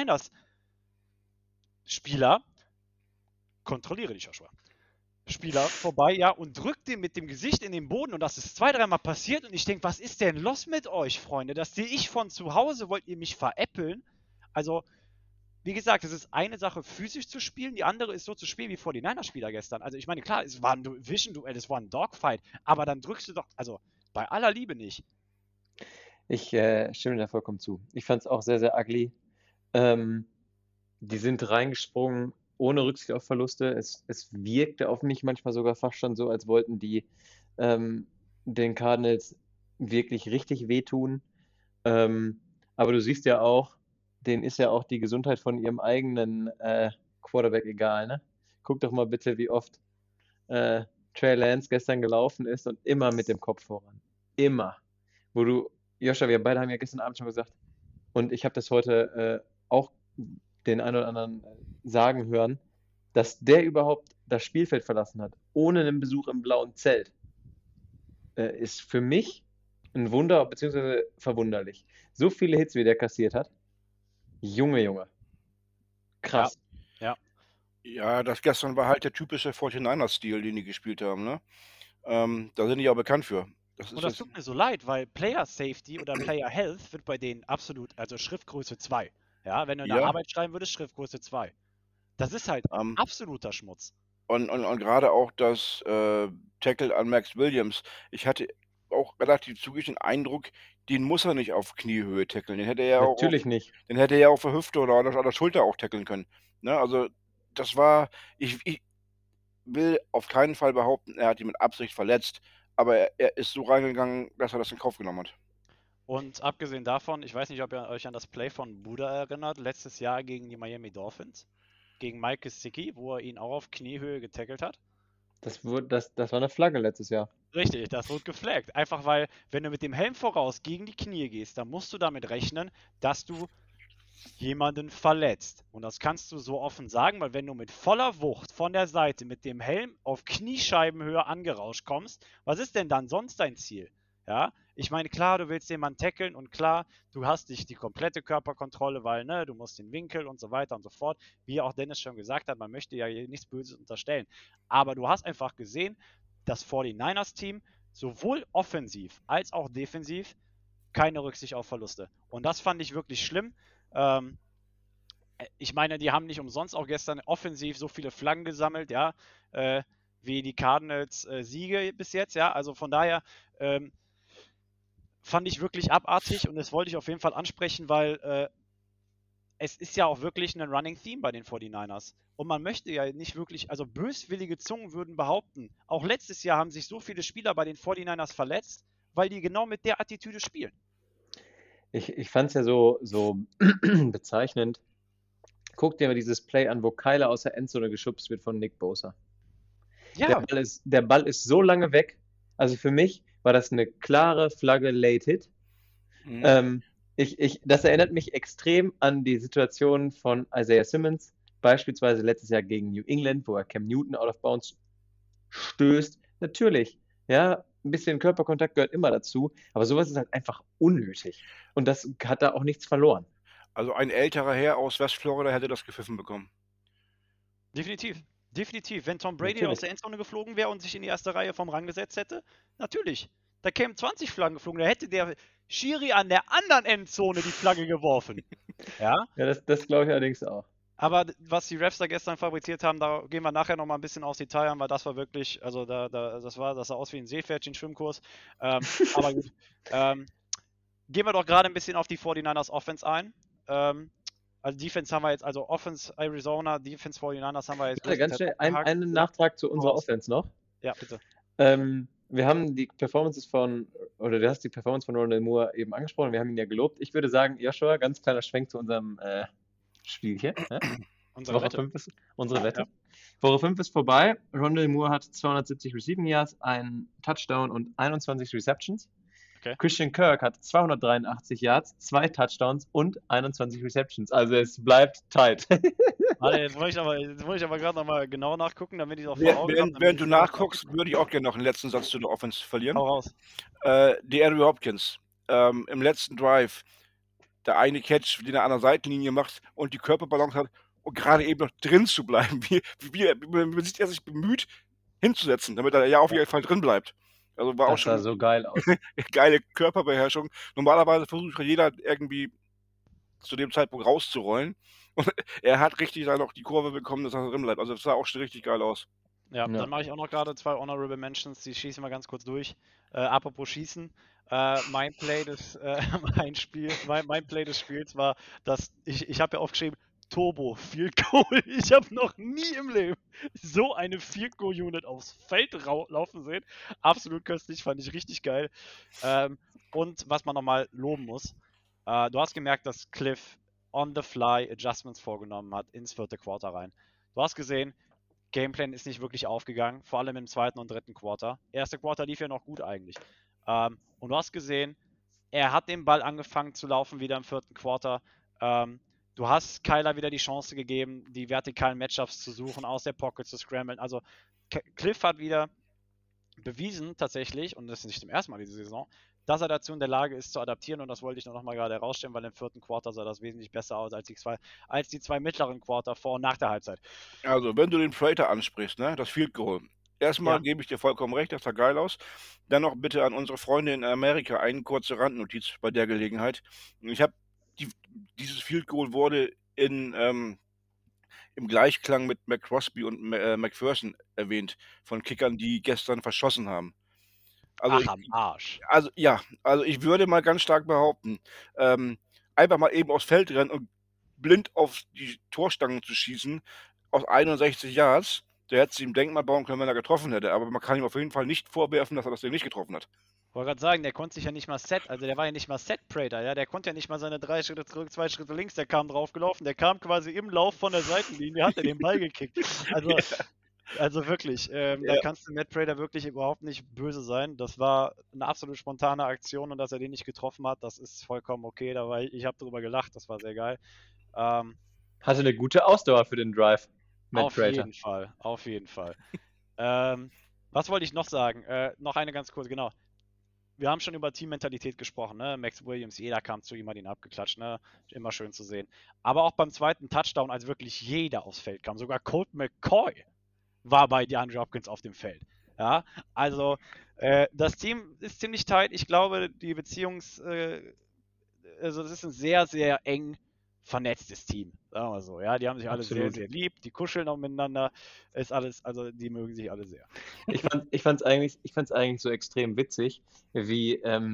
49ers-Spieler, kontrolliere dich, Joshua, Spieler vorbei, ja, und drückt den mit dem Gesicht in den Boden und das ist 2-3 Mal passiert und ich denke, was ist denn los mit euch, Freunde? Das sehe ich von zu Hause, wollt ihr mich veräppeln? Also, wie gesagt, es ist eine Sache, physisch zu spielen, die andere ist so zu spielen wie 49ers-Spieler gestern. Also, ich meine, klar, es war ein Vision-Duell, es war ein Dogfight, aber dann drückst du doch, also, bei aller Liebe nicht. Ich stimme da vollkommen zu. Ich fand es auch sehr, sehr ugly. Die sind reingesprungen ohne Rücksicht auf Verluste. Es wirkte auf mich manchmal sogar fast schon so, als wollten die den Cardinals wirklich richtig wehtun. Aber du siehst ja auch, denen ist ja auch die Gesundheit von ihrem eigenen Quarterback egal, ne? Guck doch mal bitte, wie oft Trey Lance gestern gelaufen ist und immer mit dem Kopf voran. Immer. Wo du, Joscha, wir beide haben ja gestern Abend schon gesagt, und ich habe das heute auch den einen oder anderen sagen hören, dass der überhaupt das Spielfeld verlassen hat, ohne einen Besuch im blauen Zelt, ist für mich ein Wunder, beziehungsweise verwunderlich. So viele Hits, wie der kassiert hat. Junge. Krass. Ja, das gestern war halt der typische 49ers-Stil, den die gespielt haben, ne? Da sind die ja bekannt für. Und das tut mir so leid, weil Player Safety oder Player Health wird bei denen absolut, also Schriftgröße 2. Ja, wenn du in der Arbeit schreiben würdest, Schriftgröße 2. Das ist halt absoluter Schmutz. Und gerade auch das Tackle an Max Williams. Ich hatte auch relativ zügig den Eindruck, den muss er nicht auf Kniehöhe tackeln. Den hätte er Natürlich nicht. Den hätte er auf der Hüfte oder an der Schulter auch tackeln können. Ne? Also das war, ich will auf keinen Fall behaupten, er hat ihn mit Absicht verletzt, aber er ist so reingegangen, dass er das in Kauf genommen hat. Und abgesehen davon, ich weiß nicht, ob ihr euch an das Play von Buda erinnert, letztes Jahr gegen die Miami Dolphins, gegen Mike Gesicki, wo er ihn auch auf Kniehöhe getackelt hat. Das war eine Flagge letztes Jahr. Richtig, das wurde geflaggt. Einfach weil, wenn du mit dem Helm voraus gegen die Knie gehst, dann musst du damit rechnen, dass du jemanden verletzt. Und das kannst du so offen sagen, weil wenn du mit voller Wucht von der Seite mit dem Helm auf Kniescheibenhöhe angerauscht kommst, was ist denn dann sonst dein Ziel? Ja, ich meine, klar, du willst jemanden tackeln und klar, du hast nicht die komplette Körperkontrolle, weil, ne, du musst den Winkel und so weiter und so fort. Wie auch Dennis schon gesagt hat, man möchte ja nichts Böses unterstellen. Aber du hast einfach gesehen, das 49ers-Team sowohl offensiv als auch defensiv keine Rücksicht auf Verluste. Und das fand ich wirklich schlimm. Ich meine, die haben nicht umsonst auch gestern offensiv so viele Flaggen gesammelt, ja, wie die Cardinals Siege bis jetzt, ja. Also von daher fand ich wirklich abartig und das wollte ich auf jeden Fall ansprechen, weil es ist ja auch wirklich ein Running Theme bei den 49ers. Und man möchte ja nicht wirklich, also böswillige Zungen würden behaupten, auch letztes Jahr haben sich so viele Spieler bei den 49ers verletzt, weil die genau mit der Attitüde spielen. Ich fand es ja so bezeichnend. Guck dir mal dieses Play an, wo Kyler aus der Endzone geschubst wird von Nick Bosa. Ja, Der Ball ist so lange weg. Also für mich war das eine klare Flagge Late Hit. Mhm. Das erinnert mich extrem an die Situation von Isaiah Simmons, beispielsweise letztes Jahr gegen New England, wo er Cam Newton out of bounds stößt. Natürlich, ja, ein bisschen Körperkontakt gehört immer dazu, aber sowas ist halt einfach unnötig. Und das hat da auch nichts verloren. Also ein älterer Herr aus Westflorida hätte das gepfiffen bekommen. definitiv. Definitiv. Wenn Tom Brady Natürlich. aus der Endzone geflogen wäre und sich in die erste Reihe vom Rang gesetzt hätte, natürlich. Da kämen 20 Flaggen geflogen, da hätte der Schiri an der anderen Endzone die Flagge geworfen. Ja, Ja, das glaube ich allerdings auch. aber was die Refs da gestern fabriziert haben, da gehen wir nachher nochmal ein bisschen aufs Detail an, weil das war wirklich, also das sah aus wie ein Seepferdchen-Schwimmkurs. Aber gut. Gehen wir doch gerade ein bisschen auf die 49ers Offense ein. Also Defense haben wir jetzt, also Offense Arizona, Defense 49ers haben wir jetzt Warte, ganz schnell, abgehakt. einen Nachtrag zu unserer Raus. Offense noch. Ja, bitte. Wir haben die Performances oder du hast die Performance von Rondale Moore eben angesprochen, wir haben ihn ja gelobt. Ich würde sagen, Joshua, ganz kleiner Schwenk zu unserem Spiel hier. Ja? Unsere Woche Wette. 5 ist unsere Wette. Ja. Woche 5 ist vorbei. Rondale Moore hat 270 Receiving Yards, einen Touchdown und 21 Receptions. Okay. Christian Kirk hat 283 Yards, 2 Touchdowns und 21 Receptions. Also es bleibt tight. Warte, jetzt wollte ich aber gerade nochmal genau nachgucken, damit ich es auch vor Augen habe. Während du nachguckst, würde ich auch gerne noch einen letzten Satz zu der Offense verlieren. Hau raus. Die Andrew Hopkins im letzten Drive, der eine Catch, den er an der Seitenlinie macht und die Körperbalance hat und gerade eben noch drin zu bleiben. Man sieht, er sich bemüht hinzusetzen, damit er ja auf jeden Fall drin bleibt. Also war auch Das sah schon so geil aus. geile Körperbeherrschung. Normalerweise versucht jeder irgendwie zu dem Zeitpunkt rauszurollen. Und er hat richtig dann noch die Kurve bekommen, dass er drin bleibt. Also das sah auch schon richtig geil aus. Ja, Ja. dann mache ich auch noch gerade 2 Honorable Mentions, die schießen wir ganz kurz durch. Apropos Schießen, mein Play des Spiels war, dass ich habe ja aufgeschrieben, Turbo Field Goal. Ich habe noch nie im Leben so eine Field Goal Unit aufs Feld laufen sehen. Absolut köstlich, fand ich richtig geil. Und was man nochmal loben muss, du hast gemerkt, dass Cliff on the fly Adjustments vorgenommen hat ins 4. Quarter rein. Du hast gesehen, Gameplan ist nicht wirklich aufgegangen, vor allem im 2. und 3. Quarter. 1. Quarter lief ja noch gut eigentlich. Und du hast gesehen, er hat den Ball angefangen zu laufen wieder im 4. Quarter. Du hast Kyler wieder die Chance gegeben, die vertikalen Matchups zu suchen, aus der Pocket zu scramblen. Also Cliff hat wieder bewiesen tatsächlich, und das ist nicht zum ersten Mal diese Saison, dass er dazu in der Lage ist zu adaptieren, und das wollte ich noch mal gerade herausstellen, weil im 4. Quarter sah das wesentlich besser aus als die zwei mittleren Quarter vor und nach der Halbzeit. Also, wenn du den Prater ansprichst, ne, das Field Goal. Erstmal Ja. gebe ich dir vollkommen recht, das sah geil aus. Dann noch bitte an unsere Freunde in Amerika eine kurze Randnotiz bei der Gelegenheit. Ich habe dieses Field Goal wurde im Gleichklang mit McCrosby und McPherson erwähnt, von Kickern, die gestern verschossen haben. Also Ach, am Arsch. also ich würde mal ganz stark behaupten, einfach mal eben aufs Feld rennen und blind auf die Torstangen zu schießen, aus 61 Yards, der hätte sich im Denkmal bauen können, wenn er getroffen hätte. Aber man kann ihm auf jeden Fall nicht vorwerfen, dass er das Ding nicht getroffen hat. Ich wollte gerade sagen, der konnte sich ja nicht mal der war ja nicht mal Set-Prater, ja, der konnte ja nicht mal seine 3 Schritte zurück, 2 Schritte links, der kam draufgelaufen, der kam quasi im Lauf von der Seitenlinie, hat er den Ball gekickt. Also wirklich, da kannst du Matt Prater wirklich überhaupt nicht böse sein. Das war eine absolut spontane Aktion und dass er den nicht getroffen hat, das ist vollkommen okay. Ich habe drüber gelacht, das war sehr geil. Hatte eine gute Ausdauer für den Drive. Auf jeden Fall. Was wollte ich noch sagen? Noch eine ganz kurz, genau. Wir haben schon über Teammentalität gesprochen, ne? Max Williams, jeder kam zu ihm, hat ihn abgeklatscht, ne? Immer schön zu sehen. Aber auch beim 2. Touchdown, als wirklich jeder aufs Feld kam, sogar Colt McCoy war bei DeAndre Hopkins auf dem Feld. Ja, also das Team ist ziemlich tight. Ich glaube, die also es ist ein sehr, sehr eng vernetztes Team, sagen wir mal so. Ja, die haben sich alle sehr, Absolut. sehr lieb, die kuscheln auch miteinander, ist alles, also die mögen sich alle sehr. Ich fand's eigentlich so extrem witzig, wie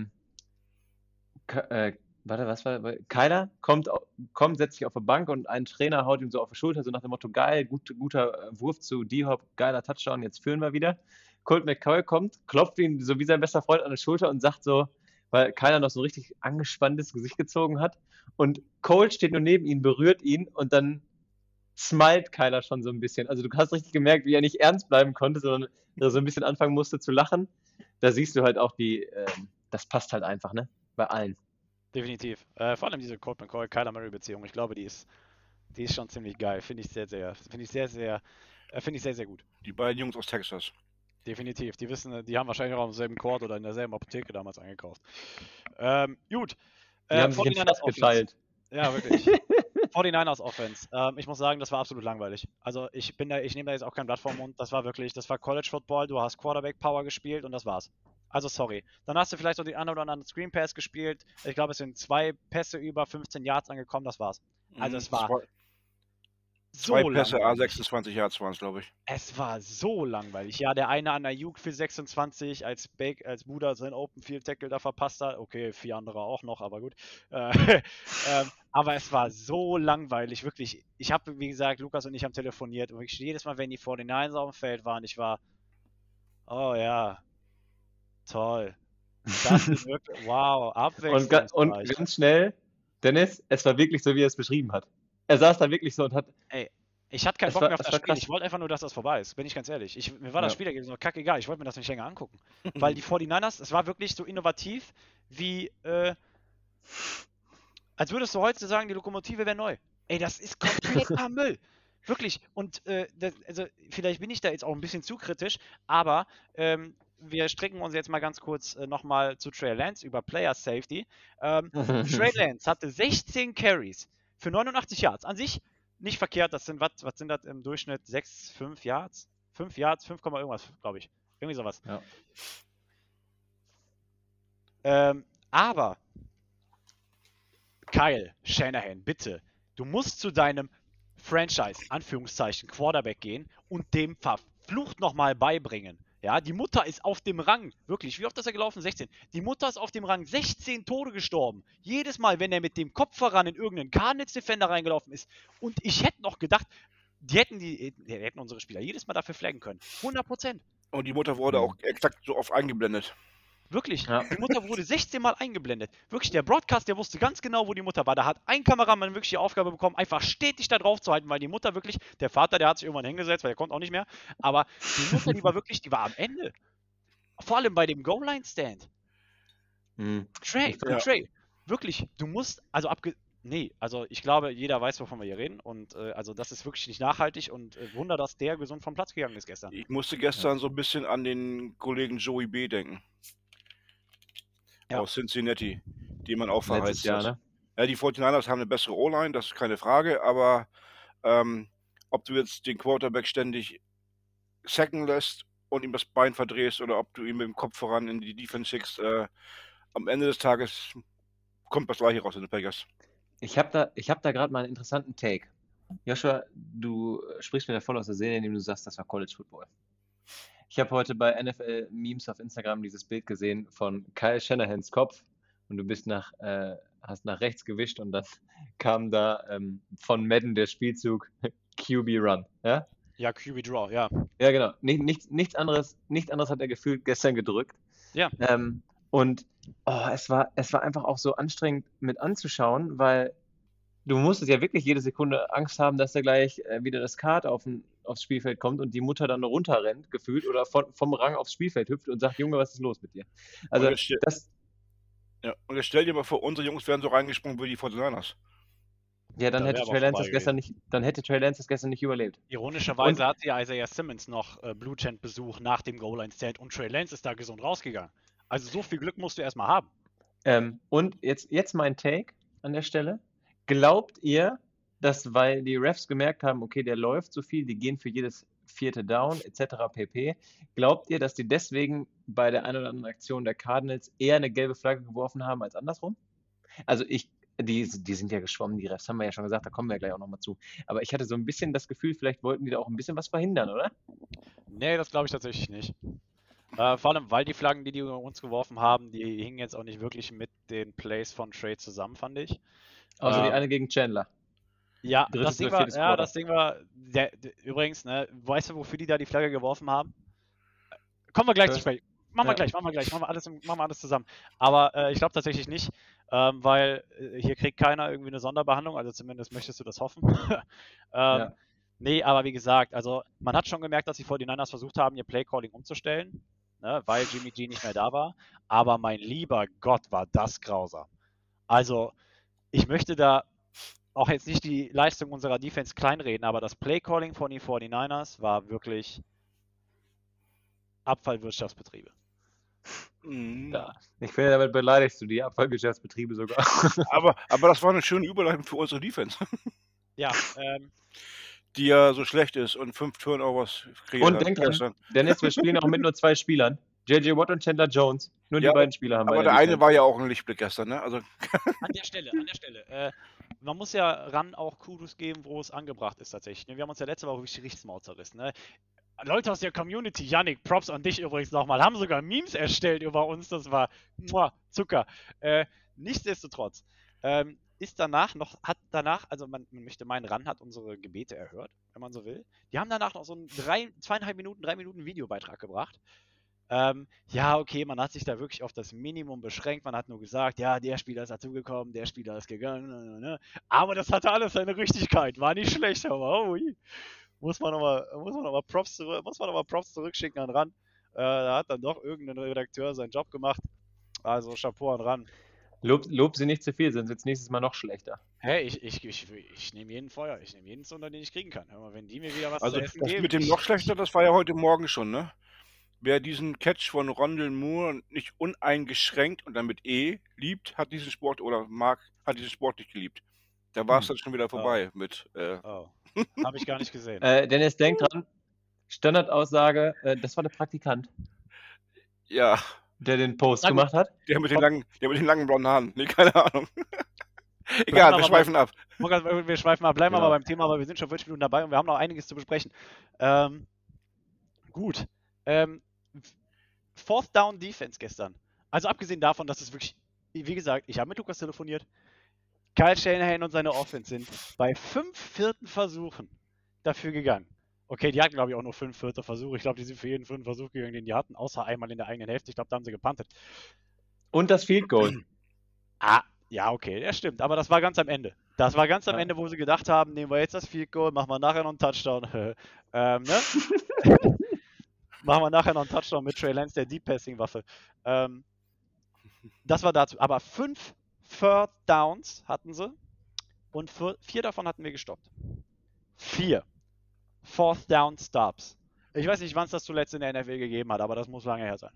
warte, was war? Kyler kommt, setzt sich auf die Bank und ein Trainer haut ihm so auf die Schulter, so nach dem Motto: geil, guter Wurf zu D-Hop, geiler Touchdown, jetzt führen wir wieder. Colt McCoy kommt, klopft ihn so wie sein bester Freund an die Schulter und sagt so, weil Kyler noch so ein richtig angespanntes Gesicht gezogen hat. Und Colt steht nur neben ihm, berührt ihn und dann smilet Kyler schon so ein bisschen. Also du hast richtig gemerkt, wie er nicht ernst bleiben konnte, sondern so ein bisschen anfangen musste zu lachen. Da siehst du halt auch das passt halt einfach, ne? Bei allen. Definitiv. Vor allem diese Colt McCoy, Kyler Murray Beziehung. Ich glaube, die ist schon ziemlich geil. Finde ich sehr, sehr gut. Die beiden Jungs aus Texas. Definitiv. Die wissen, die haben wahrscheinlich auch am selben Court oder in derselben Apotheke damals eingekauft. Gut. Die haben sich in 49ers Fett geteilt. Ja, wirklich. 49ers Offense. Ich muss sagen, das war absolut langweilig. Also ich nehme da jetzt auch kein Blatt vom Mund. Das war College Football. Du hast Quarterback Power gespielt und das war's. Also sorry. Dann hast du vielleicht noch die eine oder andere Screen Pass gespielt. Ich glaube, es sind 2 Pässe über 15 Yards angekommen. Das war's. Also es war Zwei so Pässe, langweilig. 26 Yards waren es, glaube ich. Es war so langweilig. Ja, der eine an der Juke für 26, als Buda seinen Open Field Tackle da verpasst hat. Okay, 4 andere auch noch, aber gut. Aber es war so langweilig, wirklich. Ich habe, wie gesagt, Lukas und ich haben telefoniert und wirklich jedes Mal, wenn die 49ers auf dem Feld waren, ich war, oh ja, toll. Das ist wirklich, wow, Und abwechslungsreich. ganz schnell, Dennis, es war wirklich so, wie er es beschrieben hat. Er saß da wirklich so und hat. Ey, ich hatte keinen Es Bock war- mehr auf es das war Spiel. krass. Ich wollte einfach nur, dass das vorbei ist. Bin ich ganz ehrlich. Mir war das Ja. Spielergebnis noch kackegal. Ich wollte mir das nicht länger angucken. Weil die 49ers, es war wirklich so innovativ, wie, als würdest du heute sagen, die Lokomotive wäre neu. Ey, das ist kompletter Müll. Wirklich. Und also vielleicht bin ich da jetzt auch ein bisschen zu kritisch, aber wir strecken uns jetzt mal ganz kurz nochmal zu Trey Lance über Player Safety. Trey Lance hatte 16 Carries für 89 Yards. An sich nicht verkehrt. Das sind, was sind das im Durchschnitt? 5 Yards? 5 Yards, 5, irgendwas, glaube ich. Irgendwie sowas. Ja. Aber Kyle Shanahan, bitte, du musst zu deinem Franchise, Anführungszeichen, Quarterback gehen und dem verflucht nochmal beibringen. Ja, die Mutter ist auf dem Rang, wirklich, wie oft ist er gelaufen? 16. Die Mutter ist auf dem Rang 16 Tode gestorben. Jedes Mal, wenn er mit dem Kopf voran in irgendeinen Cardinals-Defender reingelaufen ist. Und ich hätte noch gedacht, die hätten unsere Spieler jedes Mal dafür flaggen können. 100%. Und die Mutter wurde auch exakt so oft eingeblendet. Wirklich. Ja. Die Mutter wurde 16 Mal eingeblendet. Wirklich, der Broadcast, der wusste ganz genau, wo die Mutter war. Da hat ein Kameramann wirklich die Aufgabe bekommen, einfach stetig da drauf zu halten, weil die Mutter wirklich, der Vater, der hat sich irgendwann hingesetzt, weil er konnte auch nicht mehr. Aber die Mutter, die war am Ende. Vor allem bei dem Goal-Line-Stand. Trey, wirklich, du musst, also also ich glaube, jeder weiß, wovon wir hier reden. Und also das ist wirklich nicht nachhaltig und Wunder, dass der gesund vom Platz gegangen ist gestern. Ich musste gestern so ein bisschen an den Kollegen Joey B. denken. Ja. Aus Cincinnati, den man auch Letztes verheizt Jahr, hat. ne? Ja, die 49ers haben eine bessere O-Line, das ist keine Frage, aber ob du jetzt den Quarterback ständig sacken lässt und ihm das Bein verdrehst oder ob du ihn mit dem Kopf voran in die Defense schickst, am Ende des Tages kommt das gleiche raus in den Packers. Ich hab da gerade mal einen interessanten Take. Joshua, du sprichst mir da voll aus der Seele, indem du sagst, das war College Football. Ich habe heute bei NFL Memes auf Instagram dieses Bild gesehen von Kyle Shanahans Kopf und du bist hast nach rechts gewischt und dann kam da von Madden der Spielzug QB Run. Ja? Ja, QB Draw, ja. Ja, genau. Nichts anderes hat er gefühlt gestern gedrückt. Ja. Und es war einfach auch so anstrengend mit anzuschauen, weil du musstest ja wirklich jede Sekunde Angst haben, dass da gleich wieder das Kart aufs Spielfeld kommt und die Mutter dann runterrennt, gefühlt, oder vom Rang aufs Spielfeld hüpft und sagt, Junge, was ist los mit dir? Also Und jetzt stell dir mal vor, unsere Jungs wären so reingesprungen wie die 49ers. ja, dann Da hätte wär aber Trey Lance das gestern nicht überlebt. Ironischerweise hatte ja Isaiah Simmons noch Blue Chant Besuch nach dem Goal-Line-Stand und Trey Lance ist da gesund rausgegangen. Also so viel Glück musst du erstmal haben. Und jetzt mein Take an der Stelle. Glaubt ihr, dass, weil die Refs gemerkt haben, okay, der läuft so viel, die gehen für jedes 4. Down etc. pp. Glaubt ihr, dass die deswegen bei der einen oder anderen Aktion der Cardinals eher eine gelbe Flagge geworfen haben als andersrum? Also die sind ja geschwommen, die Refs, haben wir ja schon gesagt, da kommen wir ja gleich auch nochmal zu. Aber ich hatte so ein bisschen das Gefühl, vielleicht wollten die da auch ein bisschen was verhindern, oder? Nee, das glaube ich tatsächlich nicht. Vor allem, weil die Flaggen, die uns geworfen haben, die hingen jetzt auch nicht wirklich mit den Plays von Trey zusammen, fand ich. Also die eine gegen Chandler. Ja, Drittes oder viertes Quarter. das Ding war, übrigens, ne, weißt du, wofür die da die Flagge geworfen haben? Kommen wir gleich zu sprechen. Machen wir alles zusammen. Aber ich glaube tatsächlich nicht, weil hier kriegt keiner irgendwie eine Sonderbehandlung, also zumindest möchtest du das hoffen. Ja. Nee, aber wie gesagt, also man hat schon gemerkt, dass die 49ers versucht haben, ihr Playcalling umzustellen, ne, weil Jimmy G nicht mehr da war. Aber mein lieber Gott, war das grausam. Also, ich möchte da auch jetzt nicht die Leistung unserer Defense kleinreden, aber das Playcalling von den 49ers war wirklich Abfallwirtschaftsbetriebe. Ja. Ich finde, damit beleidigst du die Abfallgeschäftsbetriebe sogar. Aber das war eine schöne Überleitung für unsere Defense, Ja, die ja so schlecht ist und 5 Turnovers kreiert Und denk dran, Dennis, wir spielen auch mit nur 2 Spielern. J.J. Watt und Chandler Jones. Nur die Ja, beiden Spieler haben wir. aber der eine war ja auch ein Lichtblick gestern, ne? Also an der Stelle. Man muss ja ran auch Kudos geben, wo es angebracht ist tatsächlich. Wir haben uns ja letzte Woche richtig Richtsmaul zerrissen. Ne? Leute aus der Community, Yannick, Props an dich übrigens nochmal, haben sogar Memes erstellt über uns. Das war Zucker. Nichtsdestotrotz ist also man möchte meinen, Ran hat unsere Gebete erhört, wenn man so will. Die haben danach noch so einen 3 Minuten Videobeitrag gebracht. Ja, okay, man hat sich da wirklich auf das Minimum beschränkt. Man hat nur gesagt, ja, der Spieler ist dazugekommen, der Spieler ist gegangen. Ne. Aber das hatte alles seine Richtigkeit. War nicht schlecht, aber muss man nochmal Props zurückschicken an Ran. Da hat dann doch irgendein Redakteur seinen Job gemacht. Also Chapeau an Ran. Lob sie nicht zu viel, sonst wird es nächstes Mal noch schlechter. Hey, ich nehme jeden Feuer. Ich nehme jeden Zunder, den ich kriegen kann. Hör mal, wenn die mir wieder was also zu essen das geben. mit dem noch schlechter, das war ja heute Morgen schon, ne? Wer diesen Catch von Rondell Moore nicht uneingeschränkt und dann mit E liebt, hat diesen Sport nicht geliebt. Da war es dann schon wieder vorbei mit. Habe ich gar nicht gesehen. Dennis, denk dran, Standardaussage, das war der Praktikant. Ja. Der den Post gemacht hat? Der mit den langen blonden Haaren. Nee, keine Ahnung. Egal, wir schweifen ab. Wir schweifen ab, bleiben aber beim Thema, aber wir sind schon 40 Minuten dabei und wir haben noch einiges zu besprechen. Gut. 4th Down Defense gestern. Also abgesehen davon, dass es wirklich, wie gesagt, ich habe mit Lukas telefoniert. Kyle Shanahan und seine Offense sind bei 5 vierten Versuchen dafür gegangen. Okay, die hatten, glaube ich, auch nur 5 vierte Versuche. Ich glaube, die sind für jeden 5. Versuch gegangen, den die hatten, außer einmal in der eigenen Hälfte. Ich glaube, da haben sie gepuntet. Und das Field Goal. Ja, okay, das stimmt. Aber das war ganz am Ende. Das war ganz am Ende, wo sie gedacht haben, nehmen wir jetzt das Field Goal, machen wir nachher noch einen Touchdown. Ne? Machen wir nachher noch einen Touchdown mit Trey Lance, der Deep-Passing-Waffe. Das war dazu. Aber 5 Third Downs hatten sie und 4 davon hatten wir gestoppt. 4 Fourth Down Stops. Ich weiß nicht, wann es das zuletzt in der NFL gegeben hat, aber das muss lange her sein.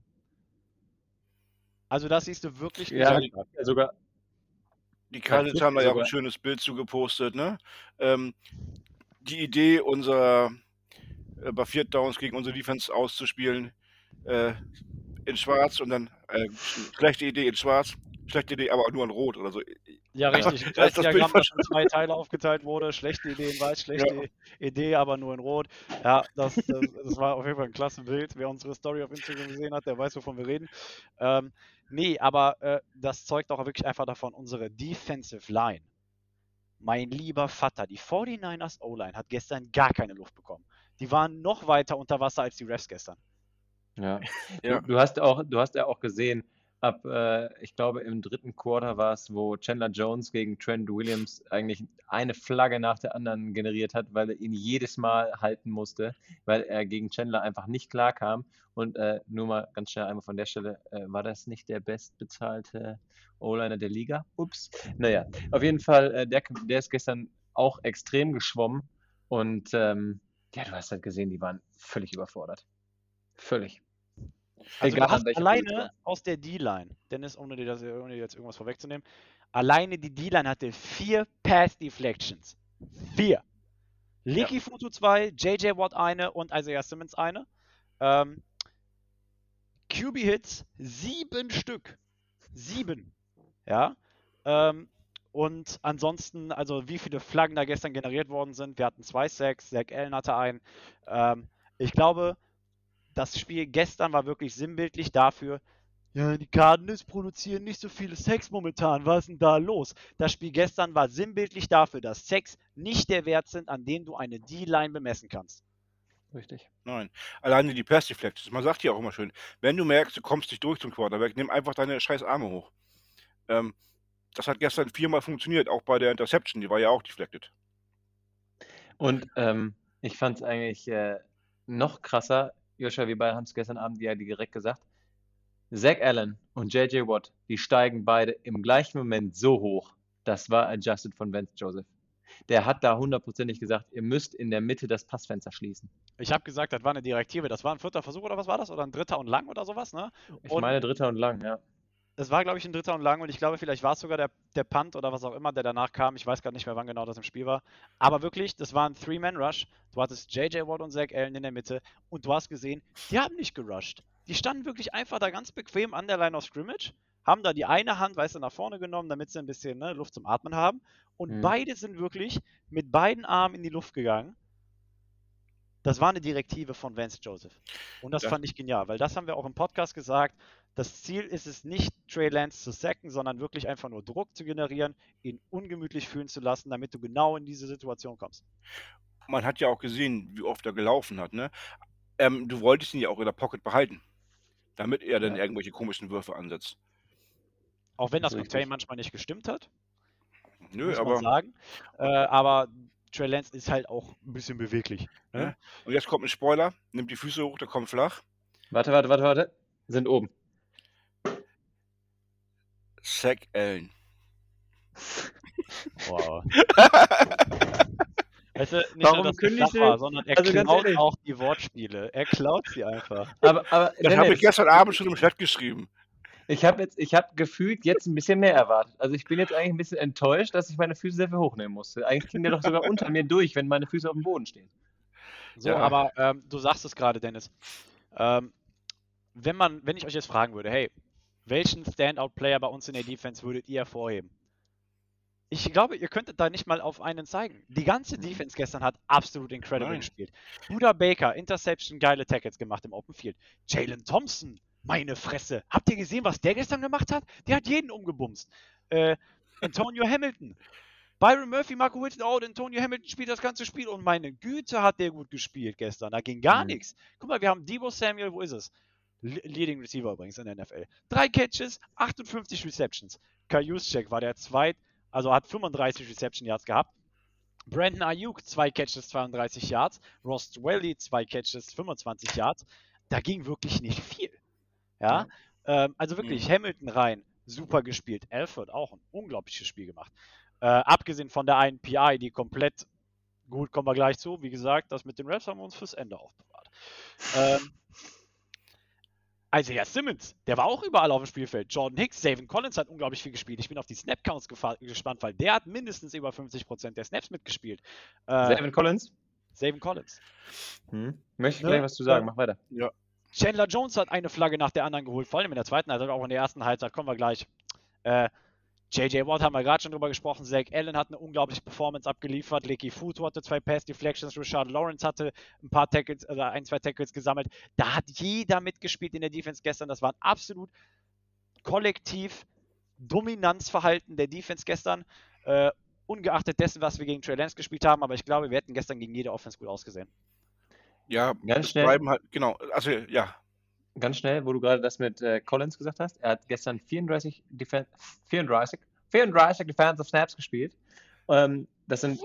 Also das siehst du wirklich. Ja, sogar. Die Cardinals haben da ja auch ein schönes Bild zugepostet, ne? Die Idee, bei 4 Downs gegen unsere Defense auszuspielen, in Schwarz und dann schlechte Idee in Schwarz, schlechte Idee, aber nur in Rot oder so. Ja, richtig. Ein das Diagramm, das in 2 Teile aufgeteilt wurde. Schlechte Idee in Weiß, schlechte Idee, aber nur in Rot. Ja, das war auf jeden Fall ein klasse Bild. Wer unsere Story auf Instagram gesehen hat, der weiß, wovon wir reden. Nee, aber das zeugt auch wirklich einfach davon, unsere Defensive Line. Mein lieber Vater, die 49ers O-Line hat gestern gar keine Luft bekommen. Die waren noch weiter unter Wasser als die Refs gestern. Ja. Du hast ja auch gesehen, ich glaube im 3. Quarter war es, wo Chandler Jones gegen Trent Williams eigentlich eine Flagge nach der anderen generiert hat, weil er ihn jedes Mal halten musste, weil er gegen Chandler einfach nicht klar kam. Und nur mal ganz schnell einmal von der Stelle, war das nicht der bestbezahlte O-Liner der Liga? Ups. Naja, auf jeden Fall, der ist gestern auch extrem geschwommen und du hast halt gesehen, die waren völlig überfordert. Völlig. Also du hast alleine aus der D-Line, Dennis, ohne dir jetzt irgendwas vorwegzunehmen, alleine die D-Line hatte 4 Pass Deflections. 4. Leaky Futu 2, JJ Watt eine und Isaiah Simmons eine. QB-Hits 7 Stück. 7. Ja. Und ansonsten, also wie viele Flaggen da gestern generiert worden sind. Wir hatten 2 Sacks, Zach Allen hatte einen. Ich glaube, das Spiel gestern war wirklich sinnbildlich dafür, ja, die Cardinals produzieren nicht so viele Sacks momentan, was ist denn da los? Das Spiel gestern war sinnbildlich dafür, dass Sacks nicht der Wert sind, an dem du eine D-Line bemessen kannst. Richtig. Nein. Alleine die Pass Deflections. Man sagt ja auch immer schön, wenn du merkst, du kommst nicht durch zum Quarterback, nimm einfach deine scheiß Arme hoch. Das hat gestern 4-mal funktioniert, auch bei der Interception, die war ja auch deflected. Und ich fand es eigentlich noch krasser, Joshua, wir beide haben es gestern Abend ja direkt gesagt, Zach Allen und JJ Watt, die steigen beide im gleichen Moment so hoch, das war adjusted von Vance Joseph. Der hat da hundertprozentig gesagt, ihr müsst in der Mitte das Passfenster schließen. Ich habe gesagt, das war eine Direktive, das war ein 4. Versuch oder was war das? Oder ein 3. und lang oder sowas, ne? Ich Und meine 3. und lang, ja. es war, glaube ich, ein 3. und lang und ich glaube, vielleicht war es sogar der Punt oder was auch immer, der danach kam. Ich weiß gar nicht mehr, wann genau das im Spiel war. Aber wirklich, das war ein 3-Man-Rush. Du hattest JJ Watt und Zach Allen in der Mitte und du hast gesehen, die haben nicht gerusht. Die standen wirklich einfach da ganz bequem an der Line of Scrimmage, haben da die eine Hand, weißt du, nach vorne genommen, damit sie ein bisschen Luft zum Atmen haben. Und beide sind wirklich mit beiden Armen in die Luft gegangen. Das war eine Direktive von Vance Joseph. Und das fand ich genial, weil das haben wir auch im Podcast gesagt. Das Ziel ist es nicht, Trey Lance zu sacken, sondern wirklich einfach nur Druck zu generieren, ihn ungemütlich fühlen zu lassen, damit du genau in diese Situation kommst. Man hat ja auch gesehen, wie oft er gelaufen hat, ne? Du wolltest ihn ja auch in der Pocket behalten, damit er dann irgendwelche komischen Würfe ansetzt. Auch wenn das mit Trey manchmal nicht gestimmt hat. Nö, muss aber man sagen. Aber Trey Lance ist halt auch ein bisschen beweglich. Ne? Ja. Und jetzt kommt ein Spoiler, nimmt die Füße hoch, der kommt flach. Warte. Sind oben. Zach Allen. Wow. Weißt du, nicht Warum nur, dass kündigt es flach war, ihr- sondern er also ganz klaut ehrlich. auch die Wortspiele. Er klaut sie einfach. Aber Das habe Dennis, ich gestern Abend schon im Chat geschrieben. ich habe gefühlt jetzt ein bisschen mehr erwartet. Also ich bin jetzt eigentlich ein bisschen enttäuscht, dass ich meine Füße sehr viel hochnehmen musste. Eigentlich ging der doch sogar unter mir durch, wenn meine Füße auf dem Boden stehen. So, Ja. aber du sagst es gerade, Dennis. Wenn ich euch jetzt fragen würde, hey, welchen Standout-Player bei uns in der Defense würdet ihr hervorheben? Ich glaube, ihr könntet da nicht mal auf einen zeigen. Die ganze Defense gestern hat absolut incredible Nein. gespielt. Buda Baker, Interception, geile Tackles gemacht im Open Field. Jalen Thompson, meine Fresse. Habt ihr gesehen, was der gestern gemacht hat? Der hat jeden umgebumst. Antonio Hamilton. Byron Murphy, Marco Wilson, Antonio Hamilton spielt das ganze Spiel und meine Güte hat der gut gespielt gestern. Da ging gar nichts. Guck mal, wir haben Deebo Samuel, wo ist es? Leading Receiver übrigens in der NFL. 3 Catches, 58 Receptions. Kyle Juszczyk war der also hat 35 Reception Yards gehabt. Brandon Ayuk, 2 Catches, 32 Yards. Ross Dwelly, 2 Catches, 25 Yards. Da ging wirklich nicht viel. Ja? Also wirklich, Hamilton rein, super gespielt. Alford auch ein unglaubliches Spiel gemacht. Abgesehen von der einen PI, die komplett, gut, kommen wir gleich zu. Wie gesagt, das mit den Refs haben wir uns fürs Ende aufbewahrt. Isaiah Simmons, der war auch überall auf dem Spielfeld. Jordan Hicks, Zayvon Collins hat unglaublich viel gespielt. Ich bin auf die Snap-Counts gespannt, weil der hat mindestens über 50% der Snaps mitgespielt. Zayvon Collins? Zayvon Collins. Möchte ich gleich was zu sagen, mach weiter. Ja. Chandler Jones hat eine Flagge nach der anderen geholt, vor allem in der zweiten Halbzeit, auch in der ersten Halbzeit, kommen wir gleich. JJ Watt haben wir gerade schon drüber gesprochen, Zach Allen hat eine unglaubliche Performance abgeliefert, Leaky Futu hatte 2 Pass-Deflections, Rashard Lawrence hatte ein paar Tackles, also 1-2 Tackles gesammelt. Da hat jeder mitgespielt in der Defense gestern, das war ein absolut kollektiv Dominanzverhalten der Defense gestern, ungeachtet dessen, was wir gegen Trey Lance gespielt haben, aber ich glaube, wir hätten gestern gegen jede Offense gut ausgesehen. Ja, Ganz es schnell. bleiben halt, genau, also ja. Ganz schnell, wo du gerade das mit Collins gesagt hast. Er hat gestern 34 Defensive Snaps gespielt. Das sind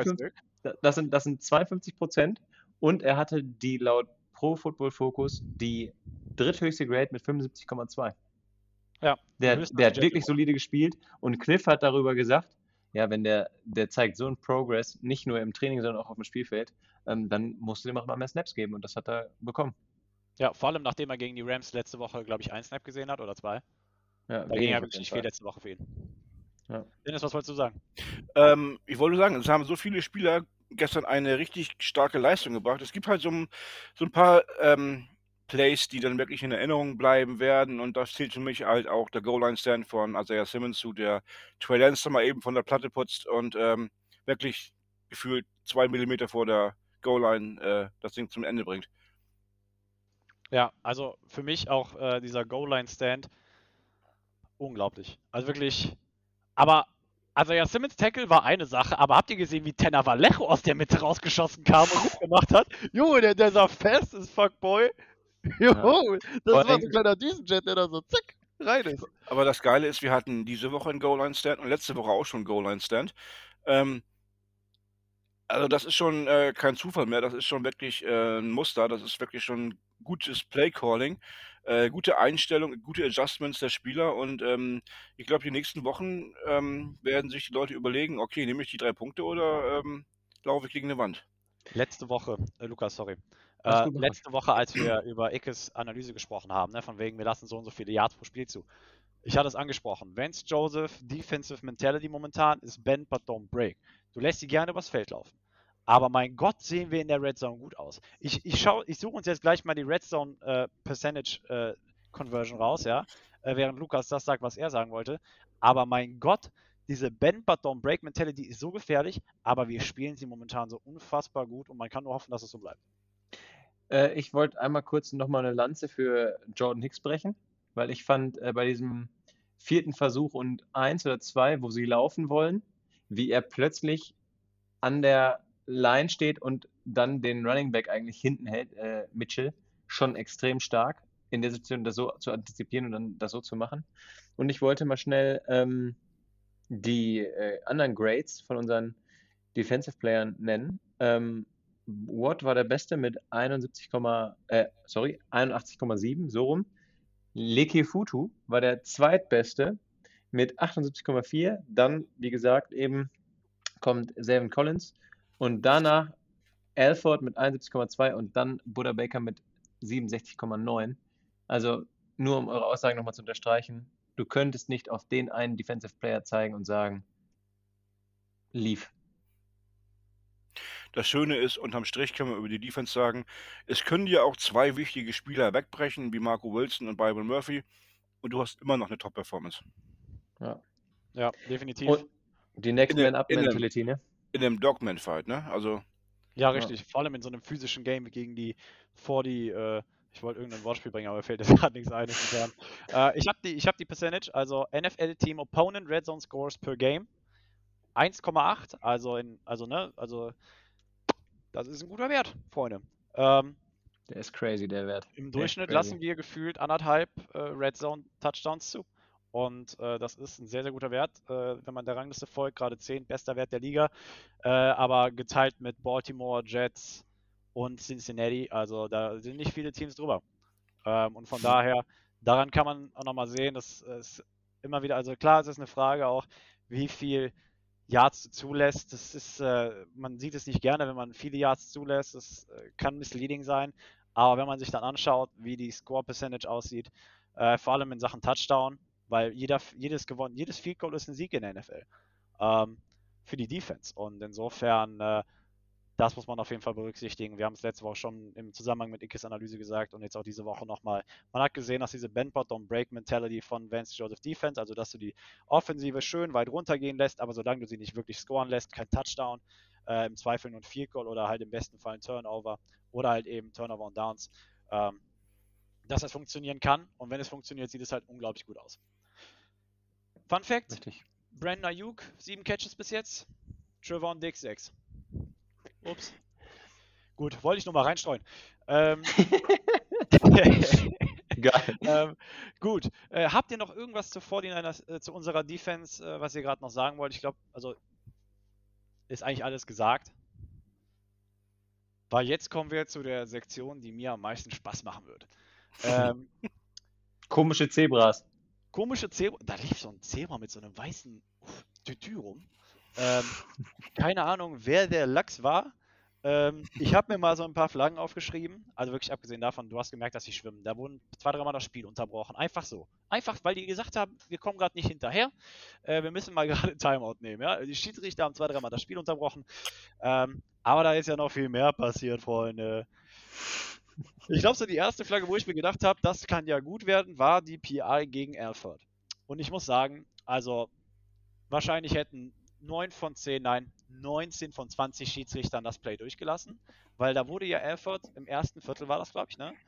52% und er hatte die laut Pro Football Focus die dritthöchste Grade mit 75,2. Ja, Der hat wirklich solide gespielt und Cliff hat darüber gesagt, ja, wenn der zeigt so einen Progress, nicht nur im Training, sondern auch auf dem Spielfeld, dann musst du dem auch mal mehr Snaps geben und das hat er bekommen. Ja, vor allem nachdem er gegen die Rams letzte Woche, glaube ich, 1 Snap gesehen hat oder 2. Ja, Da ging ja wirklich nicht viel letzte Woche für ihn. Ja. Dennis, was wolltest du sagen? Ich wollte sagen, es haben so viele Spieler gestern eine richtig starke Leistung gebracht. Es gibt halt so ein paar Plays, die dann wirklich in Erinnerung bleiben werden. Und das zählt für mich halt auch der Goal-Line-Stand von Isaiah Simmons zu, der Trey Lance mal eben von der Platte putzt und wirklich gefühlt 2 Millimeter vor der Goal-Line das Ding zum Ende bringt. Ja, also für mich auch dieser Goal-Line-Stand unglaublich. Also wirklich. Aber, also ja, Simmons Tackle war eine Sache, aber habt ihr gesehen, wie Tanner Vallejo aus der Mitte rausgeschossen kam und mitgemacht hat? Junge, der sah fest, ist Fuckboy. Junge, das Vor war allem- so ein kleiner Düsenjet, der da so zack rein ist. Aber das Geile ist, wir hatten diese Woche einen Goal-Line-Stand und letzte Woche auch schon einen Goal-Line-Stand. Also das ist schon kein Zufall mehr, das ist schon wirklich ein Muster, das ist wirklich schon gutes Play-Calling, gute Einstellung, gute Adjustments der Spieler und ich glaube, die nächsten Wochen werden sich die Leute überlegen, okay, nehme ich die 3 Punkte oder laufe ich gegen eine Wand? Letzte Woche, Lukas, sorry. Alles gut, mach Letzte Woche, als wir über Ickes Analyse gesprochen haben, ne, von wegen, wir lassen so und so viele Yards pro Spiel zu. Ich hatte es angesprochen. Vance Joseph, Defensive Mentality momentan ist Bend but don't break. Du lässt sie gerne übers Feld laufen. Aber mein Gott, sehen wir in der Red Zone gut aus. Ich suche uns jetzt gleich mal die Red Zone Percentage Conversion raus, ja, während Lukas das sagt, was er sagen wollte. Aber mein Gott, diese Bend but don't break Mentality ist so gefährlich, aber wir spielen sie momentan so unfassbar gut und man kann nur hoffen, dass es so bleibt. Ich wollte einmal kurz nochmal eine Lanze für Jordan Hicks brechen, weil ich fand, bei diesem 4. Versuch und 1 oder 2, wo sie laufen wollen, wie er plötzlich an der Line steht und dann den Running Back eigentlich hinten hält, Mitchell, schon extrem stark in der Situation, das so zu antizipieren und dann das so zu machen. Und ich wollte mal schnell die anderen Grades von unseren Defensive Playern nennen. Watt war der Beste mit 81,7, so rum. Leke Futu war der Zweitbeste mit 78,4. Dann, wie gesagt, eben kommt Zayvon Collins und danach Alford mit 71,2 und dann Buda Baker mit 67,9. Also nur um eure Aussagen nochmal zu unterstreichen, du könntest nicht auf den einen Defensive Player zeigen und sagen, lief. Das Schöne ist, unterm Strich können wir über die Defense sagen, es können dir auch 2 wichtige Spieler wegbrechen, wie Marco Wilson und Byron Murphy, und du hast immer noch eine Top-Performance. Ja, definitiv. Und die Next In dem- Man Up in dem- Mentality, ne? In einem Dogman-Fight, ne? Also, Ja, richtig. Vor allem in so einem physischen Game gegen die ich wollte irgendein Wortspiel bringen, aber mir fällt jetzt gerade nichts ein. Ich habe die Percentage, also NFL Team Opponent Red Zone Scores per Game 1,8, also das ist ein guter Wert, Freunde. Der ist crazy, der Wert. Im Der ist Durchschnitt crazy. lassen wir gefühlt 1,5 Red Zone Touchdowns zu. Und das ist ein sehr, sehr guter Wert, wenn man der Rangliste folgt, gerade 10, bester Wert der Liga, aber geteilt mit Baltimore, Jets und Cincinnati, also da sind nicht viele Teams drüber. Und von daher, daran kann man auch nochmal sehen, dass es immer wieder, also klar, es ist eine Frage auch, wie viel Yards du zulässt. Das ist, man sieht es nicht gerne, wenn man viele Yards zulässt. Das kann misleading sein. Aber wenn man sich dann anschaut, wie die Score Percentage aussieht, vor allem in Sachen Touchdown, weil jedes Field Goal ist ein Sieg in der NFL. Für die Defense. Und insofern, das muss man auf jeden Fall berücksichtigen. Wir haben es letzte Woche schon im Zusammenhang mit Ickes Analyse gesagt und jetzt auch diese Woche nochmal. Man hat gesehen, dass diese Bend-But-Don't-Break-Mentality von Vance Joseph Defense, also dass du die Offensive schön weit runtergehen lässt, aber solange du sie nicht wirklich scoren lässt, kein Touchdown, im Zweifel nur ein Field Goal oder halt im besten Fall ein Turnover oder halt eben Turnover und Downs, dass das funktionieren kann. Und wenn es funktioniert, sieht es halt unglaublich gut aus. Fun Fact: Richtig. Brandon Ayuk, 7 Catches bis jetzt, Trevon Diggs 6. Ups. Gut, wollte ich nur mal reinstreuen. Geil. Gut, habt ihr noch irgendwas zu unserer Defense, was ihr gerade noch sagen wollt? Ich glaube, also ist eigentlich alles gesagt. Weil jetzt kommen wir zu der Sektion, die mir am meisten Spaß machen wird. Komische Zebras. Komische Zebra, da lief so ein Zebra mit so einem weißen Tütü rum. Keine Ahnung, wer der Lachs war. Ich habe mir mal so ein paar Flaggen aufgeschrieben. Also wirklich abgesehen davon, du hast gemerkt, dass sie schwimmen. Da wurden 2, 3 Mal das Spiel unterbrochen. Einfach so. Einfach, weil die gesagt haben, wir kommen gerade nicht hinterher. Wir müssen mal gerade Timeout nehmen. Ja? Die Schiedsrichter haben 2, 3 Mal das Spiel unterbrochen. Aber da ist ja noch viel mehr passiert, Freunde. Ich glaube, so die erste Flagge, wo ich mir gedacht habe, das kann ja gut werden, war die PI gegen Alford. Und ich muss sagen, also wahrscheinlich hätten 9 von 10, nein, 19 von 20 Schiedsrichtern das Play durchgelassen, weil da wurde ja Alford im ersten Viertel, war das, glaube ich, ne?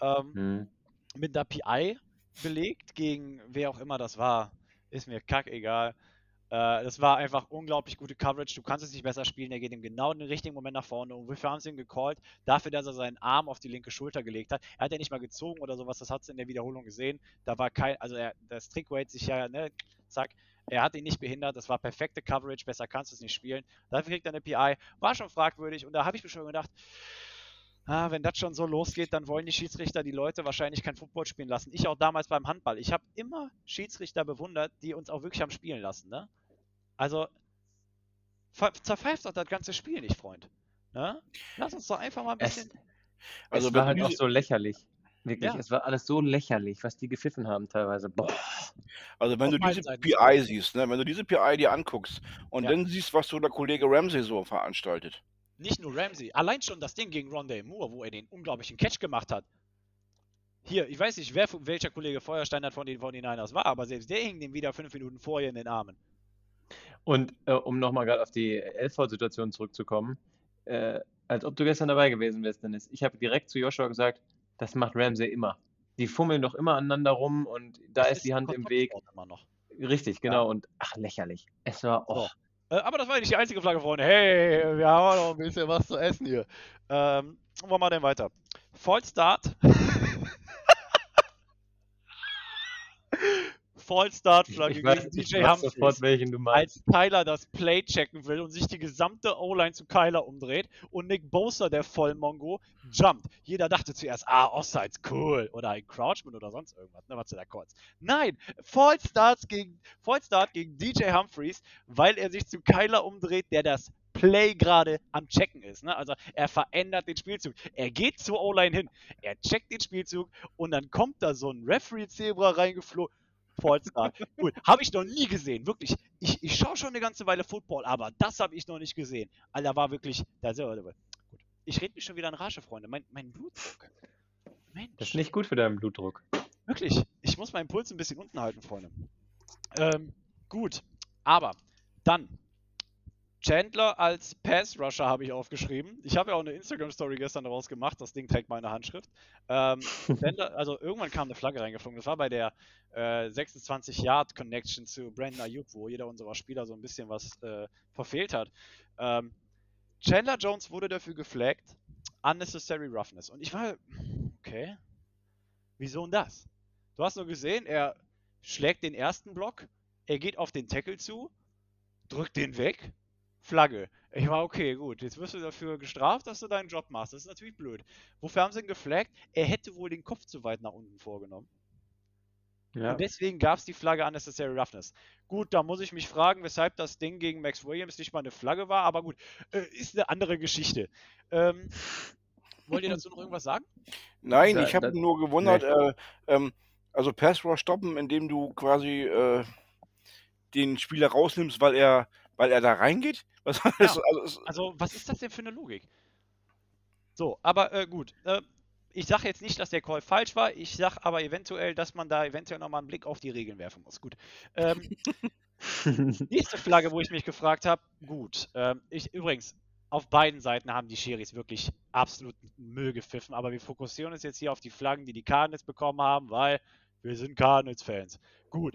Mit der PI belegt gegen wer auch immer das war. Ist mir kackegal. Das war einfach unglaublich gute Coverage. Du kannst es nicht besser spielen. Er geht im genau den richtigen Moment nach vorne. Und wir haben es ihm gecallt, dafür, dass er seinen Arm auf die linke Schulter gelegt hat. Er hat ja nicht mal gezogen oder sowas. Das hat es in der Wiederholung gesehen. Da war kein, also das Trickweight sich ja, ne, zack. Er hat ihn nicht behindert. Das war perfekte Coverage. Besser kannst du es nicht spielen. Dafür kriegt er eine PI. War schon fragwürdig. Und da habe ich mir schon gedacht, wenn das schon so losgeht, dann wollen die Schiedsrichter die Leute wahrscheinlich kein Football spielen lassen. Ich auch damals beim Handball. Ich habe immer Schiedsrichter bewundert, die uns auch wirklich haben spielen lassen, ne? Also, zerpfeift doch das ganze Spiel nicht, Freund. Ne? Lass uns doch einfach mal ein bisschen. Also Es war wenn halt du auch diese, so lächerlich. Wirklich, Ja. es war alles so lächerlich, was die gepfiffen haben teilweise. Boah. also wenn Auf du beiden diese Seiten PI des siehst, ne, wenn du diese PI dir anguckst und Ja. dann siehst, was so der Kollege Ramsey so veranstaltet. Nicht nur Ramsey, allein schon das Ding gegen Rondé Moore, wo er den unglaublichen Catch gemacht hat. Hier, ich weiß nicht, welcher Kollege Feuerstein von den 49ers war, aber selbst der hing dem wieder 5 Minuten vorher in den Armen. Und um nochmal gerade auf die Elford-Situation zurückzukommen, als ob du gestern dabei gewesen wärst, Dennis. Ich habe direkt zu Joshua gesagt, das macht Ramsey immer. Die fummeln doch immer aneinander rum und da Das ist die Hand im Weg. Immer noch. Richtig, genau. Und ach, lächerlich. Es war, So. oh, Aber das war ja nicht die einzige Flagge, Freunde. Hey, wir haben noch ein bisschen was zu essen hier. Wo machen wir denn weiter? False Start. False Start Flagge ich weiß, gegen ich DJ weiß sofort, Humphries. welchen du meinst. Als Kyler das Play checken will und sich die gesamte O-Line zu Kyler umdreht und Nick Bosa, der Vollmongo, jumpt. Jeder dachte zuerst, Offsides, cool. Oder ein Crouchman oder sonst irgendwas, ne, was du da kurz. Nein, False Start gegen DJ Humphries, weil er sich zu Kyler umdreht, der das Play gerade am Checken ist. Ne? Also er verändert den Spielzug. Er geht zur O-Line hin, er checkt den Spielzug und dann kommt da so ein Referee-Zebra reingeflogen. False Start. Gut, habe ich noch nie gesehen, wirklich. Ich schaue schon eine ganze Weile Football, aber das habe ich noch nicht gesehen. Alter, war wirklich. Gut. Ich rede mich schon wieder in Rage, Freunde. Mein Blutdruck. Mensch. Das ist nicht gut für deinen Blutdruck. Wirklich. Ich muss meinen Puls ein bisschen unten halten, Freunde. Gut. Aber dann. Chandler als Pass-Rusher habe ich aufgeschrieben. Ich habe ja auch eine Instagram-Story gestern daraus gemacht. Das Ding trägt meine Handschrift. Chandler, also irgendwann kam eine Flagge reingeflogen. Das war bei der 26-Yard-Connection zu Brandon Ayuk, wo jeder unserer Spieler so ein bisschen was verfehlt hat. Chandler Jones wurde dafür geflaggt. Unnecessary Roughness. Und ich war, okay, wieso denn das? Du hast nur gesehen, er schlägt den ersten Block, er geht auf den Tackle zu, drückt den weg, Flagge. Ich war, okay, gut, jetzt wirst du dafür gestraft, dass du deinen Job machst. Das ist natürlich blöd. Wofür haben sie ihn geflaggt? Er hätte wohl den Kopf zu weit nach unten vorgenommen. Ja. Und deswegen gab es die Flagge Unnecessary Roughness. Gut, da muss ich mich fragen, weshalb das Ding gegen Max Williams nicht mal eine Flagge war, aber gut, ist eine andere Geschichte. Wollt ihr dazu noch irgendwas sagen? Nein, Da- ich habe da- nur gewundert, also Pass Rush stoppen, indem du quasi den Spieler rausnimmst, weil er da reingeht. Was, Also, was ist das denn für eine Logik? So, aber gut. Ich sage jetzt nicht, dass der Call falsch war. Ich sage aber eventuell, dass man da eventuell nochmal einen Blick auf die Regeln werfen muss. Gut. Nächste Flagge, wo ich mich gefragt habe. Gut. Übrigens, auf beiden Seiten haben die Schiris wirklich absolut Müll gepfiffen. Aber wir fokussieren uns jetzt hier auf die Flaggen, die Cardinals bekommen haben, weil wir sind Cardinals-Fans. Gut.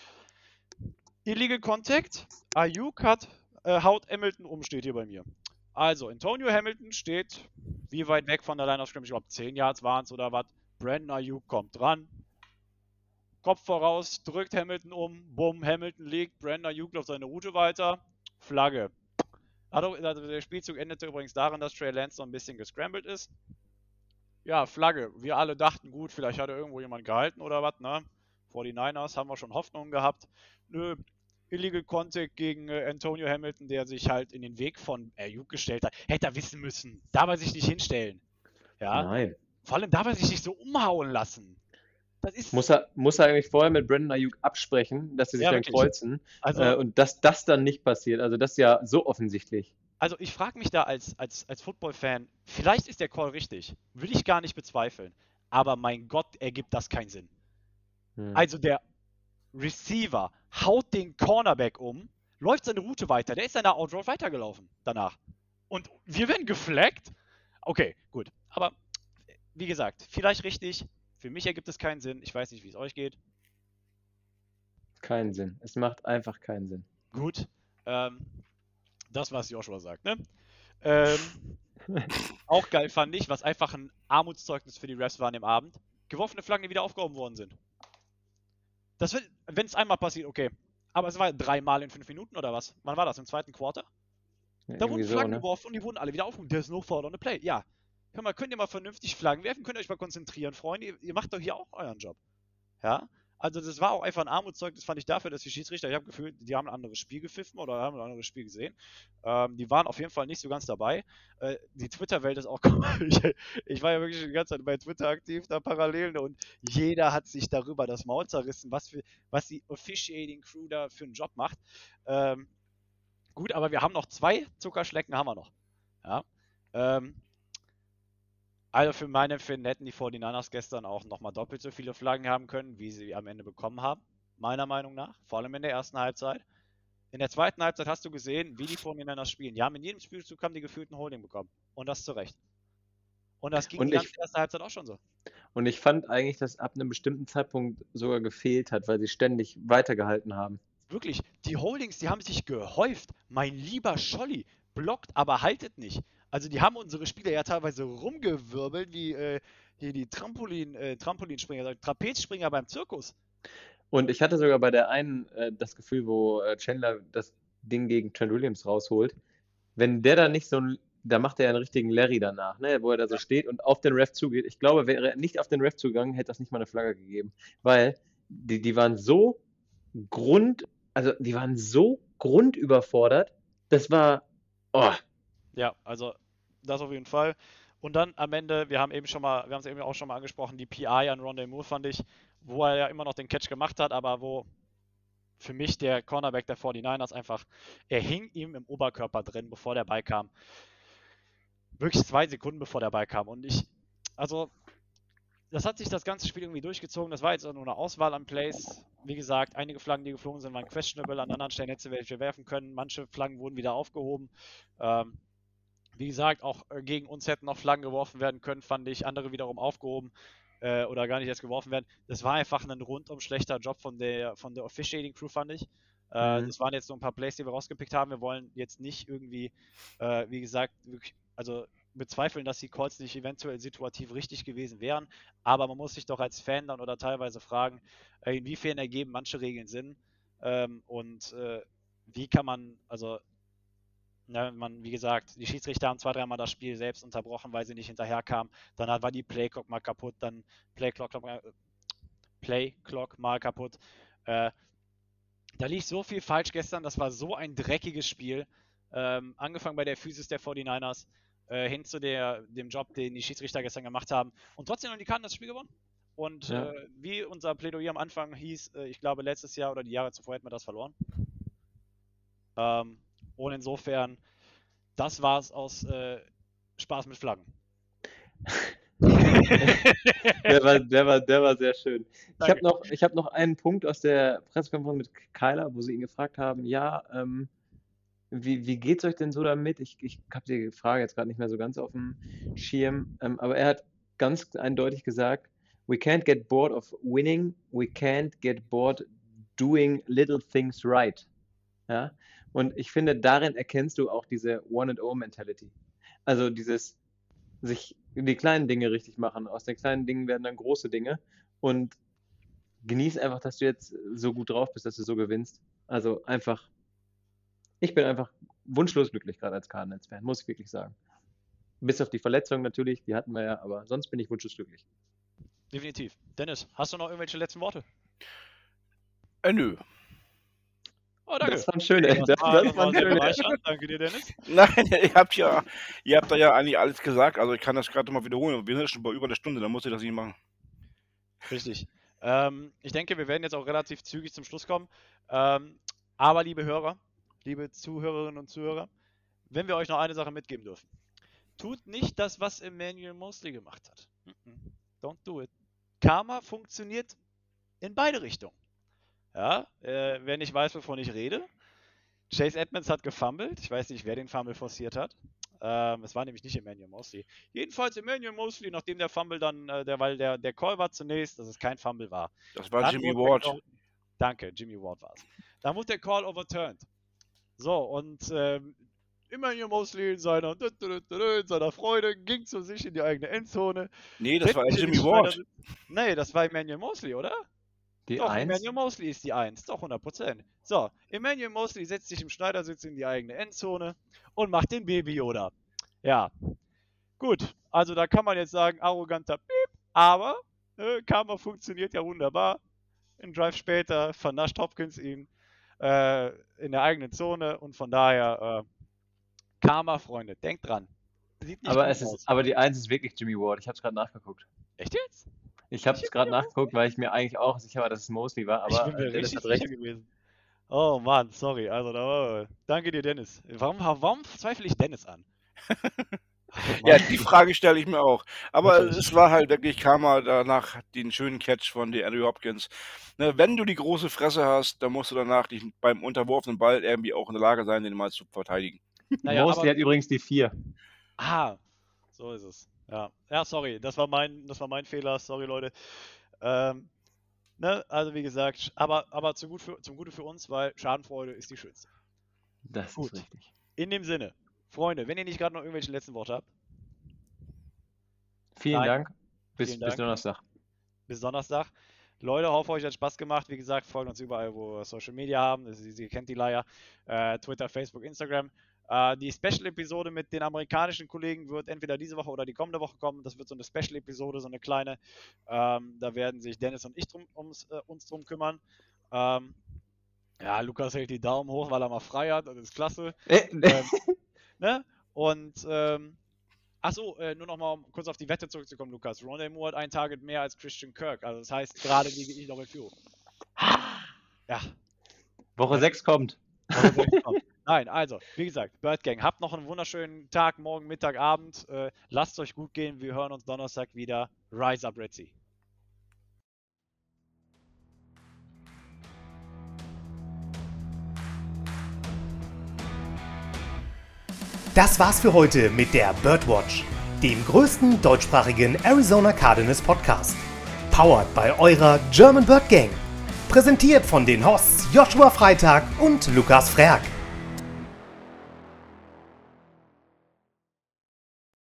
Illegal Contact. Ayuk haut Hamilton um, steht hier bei mir. Also, Antonio Hamilton steht wie weit weg von der Line of Scrimmage? Ich glaube, 10 Yards waren es oder was. Brandon Ayuk kommt dran. Kopf voraus, drückt Hamilton um. Bumm, Hamilton liegt. Brandon Ayuk läuft seine Route weiter. Flagge. Also, der Spielzug endete übrigens darin, dass Trey Lance noch ein bisschen gescrambled ist. Ja, Flagge. Wir alle dachten, gut, vielleicht hat er irgendwo jemand gehalten oder was, ne? 49ers haben wir schon Hoffnung gehabt. Nö. Illegal Contact gegen Antonio Hamilton, der sich halt in den Weg von Ayuk gestellt hat. Hätte er wissen müssen. Darf er sich nicht hinstellen. Ja. Nein. Vor allem darf er sich nicht so umhauen lassen. Das ist. Muss er eigentlich vorher mit Brandon Ayuk absprechen, dass sie sich Ja, dann wirklich. kreuzen Also, und dass das dann nicht passiert. Also das ist ja so offensichtlich. also ich frage mich da als Football-Fan, vielleicht ist der Call richtig. Will ich gar nicht bezweifeln. Aber mein Gott, ergibt das keinen Sinn. Also der Receiver haut den Cornerback um, läuft seine Route weiter, der ist seine Outroute weitergelaufen danach. Und wir werden geflaggt? Okay, gut. Aber wie gesagt, vielleicht richtig. Für mich ergibt es keinen Sinn. Ich weiß nicht, wie es euch geht. Keinen Sinn. Es macht einfach keinen Sinn. Gut. Das, was Joshua sagt, ne? Auch geil fand ich, was einfach ein Armutszeugnis für die Refs war an dem Abend. Geworfene Flaggen, die wieder aufgehoben worden sind. Das wird, wenn es einmal passiert, okay. Aber es war 3-mal in 5 Minuten oder was? Wann war das? Im zweiten Quarter? Ja, Da wurden irgendwie so, Flaggen ne? geworfen und die wurden alle wieder aufgehoben. There's no foul on the play. Ja. Hör mal, könnt ihr mal vernünftig Flaggen werfen? Könnt ihr euch mal konzentrieren, Freunde? Ihr macht doch hier auch euren Job. Ja? Also das war auch einfach ein Armutszeugnis, fand ich dafür, dass die Schiedsrichter, ich habe gefühlt, die haben ein anderes Spiel gepfiffen oder haben ein anderes Spiel gesehen. Die waren auf jeden Fall nicht so ganz dabei. Die Twitter-Welt ist auch, ich war ja wirklich die ganze Zeit bei Twitter aktiv, da parallel, und jeder hat sich darüber das Maul zerrissen, was die Officiating Crew da für einen Job macht. Gut, aber wir haben noch 2 Zuckerschlecken, haben wir noch. Ja. Also für meine Empfinden hätten die 49ers gestern auch nochmal doppelt so viele Flaggen haben können, wie sie am Ende bekommen haben. Meiner Meinung nach. Vor allem in der ersten Halbzeit. In der zweiten Halbzeit hast du gesehen, wie die 49ers spielen. Die haben in jedem Spielzug haben die gefühlt ein Holding bekommen. Und das zu Recht. Und das ging Und die ganze erste Halbzeit auch schon so. Und ich fand eigentlich, dass ab einem bestimmten Zeitpunkt sogar gefehlt hat, weil sie ständig weitergehalten haben. Wirklich, die Holdings, die haben sich gehäuft. Mein lieber Scholli, blockt, aber haltet nicht. Also die haben unsere Spieler ja teilweise rumgewirbelt, wie hier die Trampolinspringer, also Trapezspringer beim Zirkus. Und ich hatte sogar bei der einen das Gefühl, wo Chandler das Ding gegen Trent Williams rausholt, wenn der da nicht da macht er ja einen richtigen Larry danach, ne, wo er da so steht und auf den Ref zugeht. Ich glaube, wäre er nicht auf den Ref zugegangen, hätte das nicht mal eine Flagge gegeben. Weil die waren so grundüberfordert. Das war, oh, Ja, also das auf jeden Fall. Und dann am Ende, wir haben es eben auch schon mal angesprochen, die PI an Rondale Moore fand ich, wo er ja immer noch den Catch gemacht hat, aber wo für mich der Cornerback der 49ers einfach, er hing ihm im Oberkörper drin, bevor der Ball kam. Wirklich 2 Sekunden bevor der Ball kam. Und das hat sich das ganze Spiel irgendwie durchgezogen. Das war jetzt auch nur eine Auswahl an Plays. Wie gesagt, einige Flaggen, die geflogen sind, waren questionable. An anderen Stellen hätte sie welche werfen können. Manche Flaggen wurden wieder aufgehoben. Wie gesagt, auch gegen uns hätten noch Flaggen geworfen werden können, fand ich. Andere wiederum aufgehoben oder gar nicht erst geworfen werden. Das war einfach ein rundum schlechter Job von der Officiating Crew, fand ich. Das waren jetzt so ein paar Plays, die wir rausgepickt haben. Wir wollen jetzt nicht irgendwie, wie gesagt, wirklich, also bezweifeln, dass die Calls nicht eventuell situativ richtig gewesen wären. Aber man muss sich doch als Fan dann oder teilweise fragen, inwiefern ergeben manche Regeln Sinn und wie kann man, also wie gesagt, die Schiedsrichter haben 2-3 Mal das Spiel selbst unterbrochen, weil sie nicht hinterherkamen. Dann war die Playclock mal kaputt, dann Playclock mal kaputt. Da lief so viel falsch gestern, das war so ein dreckiges Spiel. Angefangen bei der Physis der 49ers, hin zu dem Job, den die Schiedsrichter gestern gemacht haben. Und trotzdem haben die Karten das Spiel gewonnen. Und Ja. wie unser Plädoyer am Anfang hieß, ich glaube letztes Jahr oder die Jahre zuvor hätten wir das verloren. Und insofern, das war's aus Spaß mit Flaggen. Der war sehr schön. Danke. Ich hab noch einen Punkt aus der Pressekonferenz mit Kyler, wo sie ihn gefragt haben, ja, wie geht's euch denn so damit? Ich habe die Frage jetzt gerade nicht mehr so ganz auf dem Schirm, aber er hat ganz eindeutig gesagt, we can't get bored of winning, we can't get bored doing little things right. Ja? Und ich finde, darin erkennst du auch diese One-and-Oh-Mentality. Also dieses sich die kleinen Dinge richtig machen. Aus den kleinen Dingen werden dann große Dinge. Und genieß einfach, dass du jetzt so gut drauf bist, dass du so gewinnst. Also ich bin einfach wunschlos glücklich, gerade als Cardinals-Fan, muss ich wirklich sagen. Bis auf die Verletzung natürlich, die hatten wir ja, aber sonst bin ich wunschlos glücklich. Definitiv. Dennis, hast du noch irgendwelche letzten Worte? Nö. Oh, danke. Das waren schöne. Das war waren sehr schöne. bereichernd. Danke dir, Dennis. Nein, ihr habt da ja eigentlich alles gesagt, also ich kann das gerade mal wiederholen. Wir sind schon bei über einer Stunde, dann muss ich das nicht machen. Richtig. Ich denke, wir werden jetzt auch relativ zügig zum Schluss kommen. Aber liebe Hörer, liebe Zuhörerinnen und Zuhörer, wenn wir euch noch eine Sache mitgeben dürfen. Tut nicht das, was Emmanuel Mosley gemacht hat. Don't do it. Karma funktioniert in beide Richtungen. Ja, wer nicht weiß, wovon ich rede. Chase Edmonds hat gefummelt. Ich weiß nicht, wer den Fumble forciert hat. Es war nämlich nicht Emmanuel Mosley. Jedenfalls Emmanuel Mosley, nachdem der Fumble dann, weil der Call war zunächst, dass es kein Fumble war. Das war Dann Jimmy wurde Ward. Danke, Jimmy Ward war es. Dann wurde der Call overturned. So, und Emmanuel Mosley in seiner Freude ging zu sich in die eigene Endzone. Nee, das war Setzt sich in die Jimmy Ward. Schneidersitz- Nee, das war Emmanuel Mosley, oder? Die Doch, 1. Emmanuel Mosley ist die 1, doch 100%. So, Emmanuel Mosley setzt sich im Schneidersitz in die eigene Endzone und macht den Baby Yoda. Ja, gut, also da kann man jetzt sagen, arroganter Piep, aber Karma funktioniert ja wunderbar. Ein Drive später vernascht Hopkins ihn in der eigenen Zone und von daher Karma, Freunde, denkt dran. Sieht nicht Aber, gut aus. aber die 1 ist wirklich Jimmy Ward. Ich habe es gerade nachgeguckt. Echt jetzt? Ich habe es gerade nachgeguckt, weil ich mir eigentlich auch sicher war, dass es Mosley war. Ich Aber bin mir Dennis richtig hat recht. sicher gewesen. Oh Mann, sorry. Also, danke dir, Dennis. Warum zweifle ich Dennis an? Ja, die Frage stelle ich mir auch. Aber Wirklich. es war halt wirklich Karma danach den schönen Catch von Andrew Hopkins. Ne, wenn du die große Fresse hast, dann musst du danach beim unterworfenen Ball irgendwie auch in der Lage sein, den mal zu verteidigen. Naja, Mosley hat übrigens die 4. so ist es. Ja, sorry, das war mein Fehler. Sorry, Leute. Also wie gesagt, aber zum Gute für uns, weil Schadenfreude ist die schönste. Das Gut. ist richtig. In dem Sinne, Freunde, wenn ihr nicht gerade noch irgendwelche letzten Worte habt, Vielen Nein. Dank. Bis Vielen Dank. Donnerstag. bis Donnerstag. Leute, hoffe euch hat Spaß gemacht. Wie gesagt, folgt uns überall, wo wir Social Media haben. Ihr kennt die Leier. Twitter, Facebook, Instagram. Die Special-Episode mit den amerikanischen Kollegen wird entweder diese Woche oder die kommende Woche kommen. Das wird so eine Special-Episode, so eine kleine. Da werden sich Dennis und ich uns drum kümmern. Lukas hält die Daumen hoch, weil er mal frei hat. Das ist klasse. Ne? Und nur noch mal um kurz auf die Wette zurückzukommen, Lukas. Rondale Moore hat ein Target mehr als Christian Kirk. Also das heißt, gerade liege ich noch in Führung. Ja. Woche 6 kommt. Nein, also, wie gesagt, Bird Gang, habt noch einen wunderschönen Tag, morgen, Mittag, Abend. Lasst es euch gut gehen. Wir hören uns Donnerstag wieder. Rise up, Red Sea. Das war's für heute mit der Birdwatch, dem größten deutschsprachigen Arizona Cardinals Podcast. Powered bei eurer German Bird Gang. Präsentiert von den Hosts Joshua Freitag und Lukas Frerk.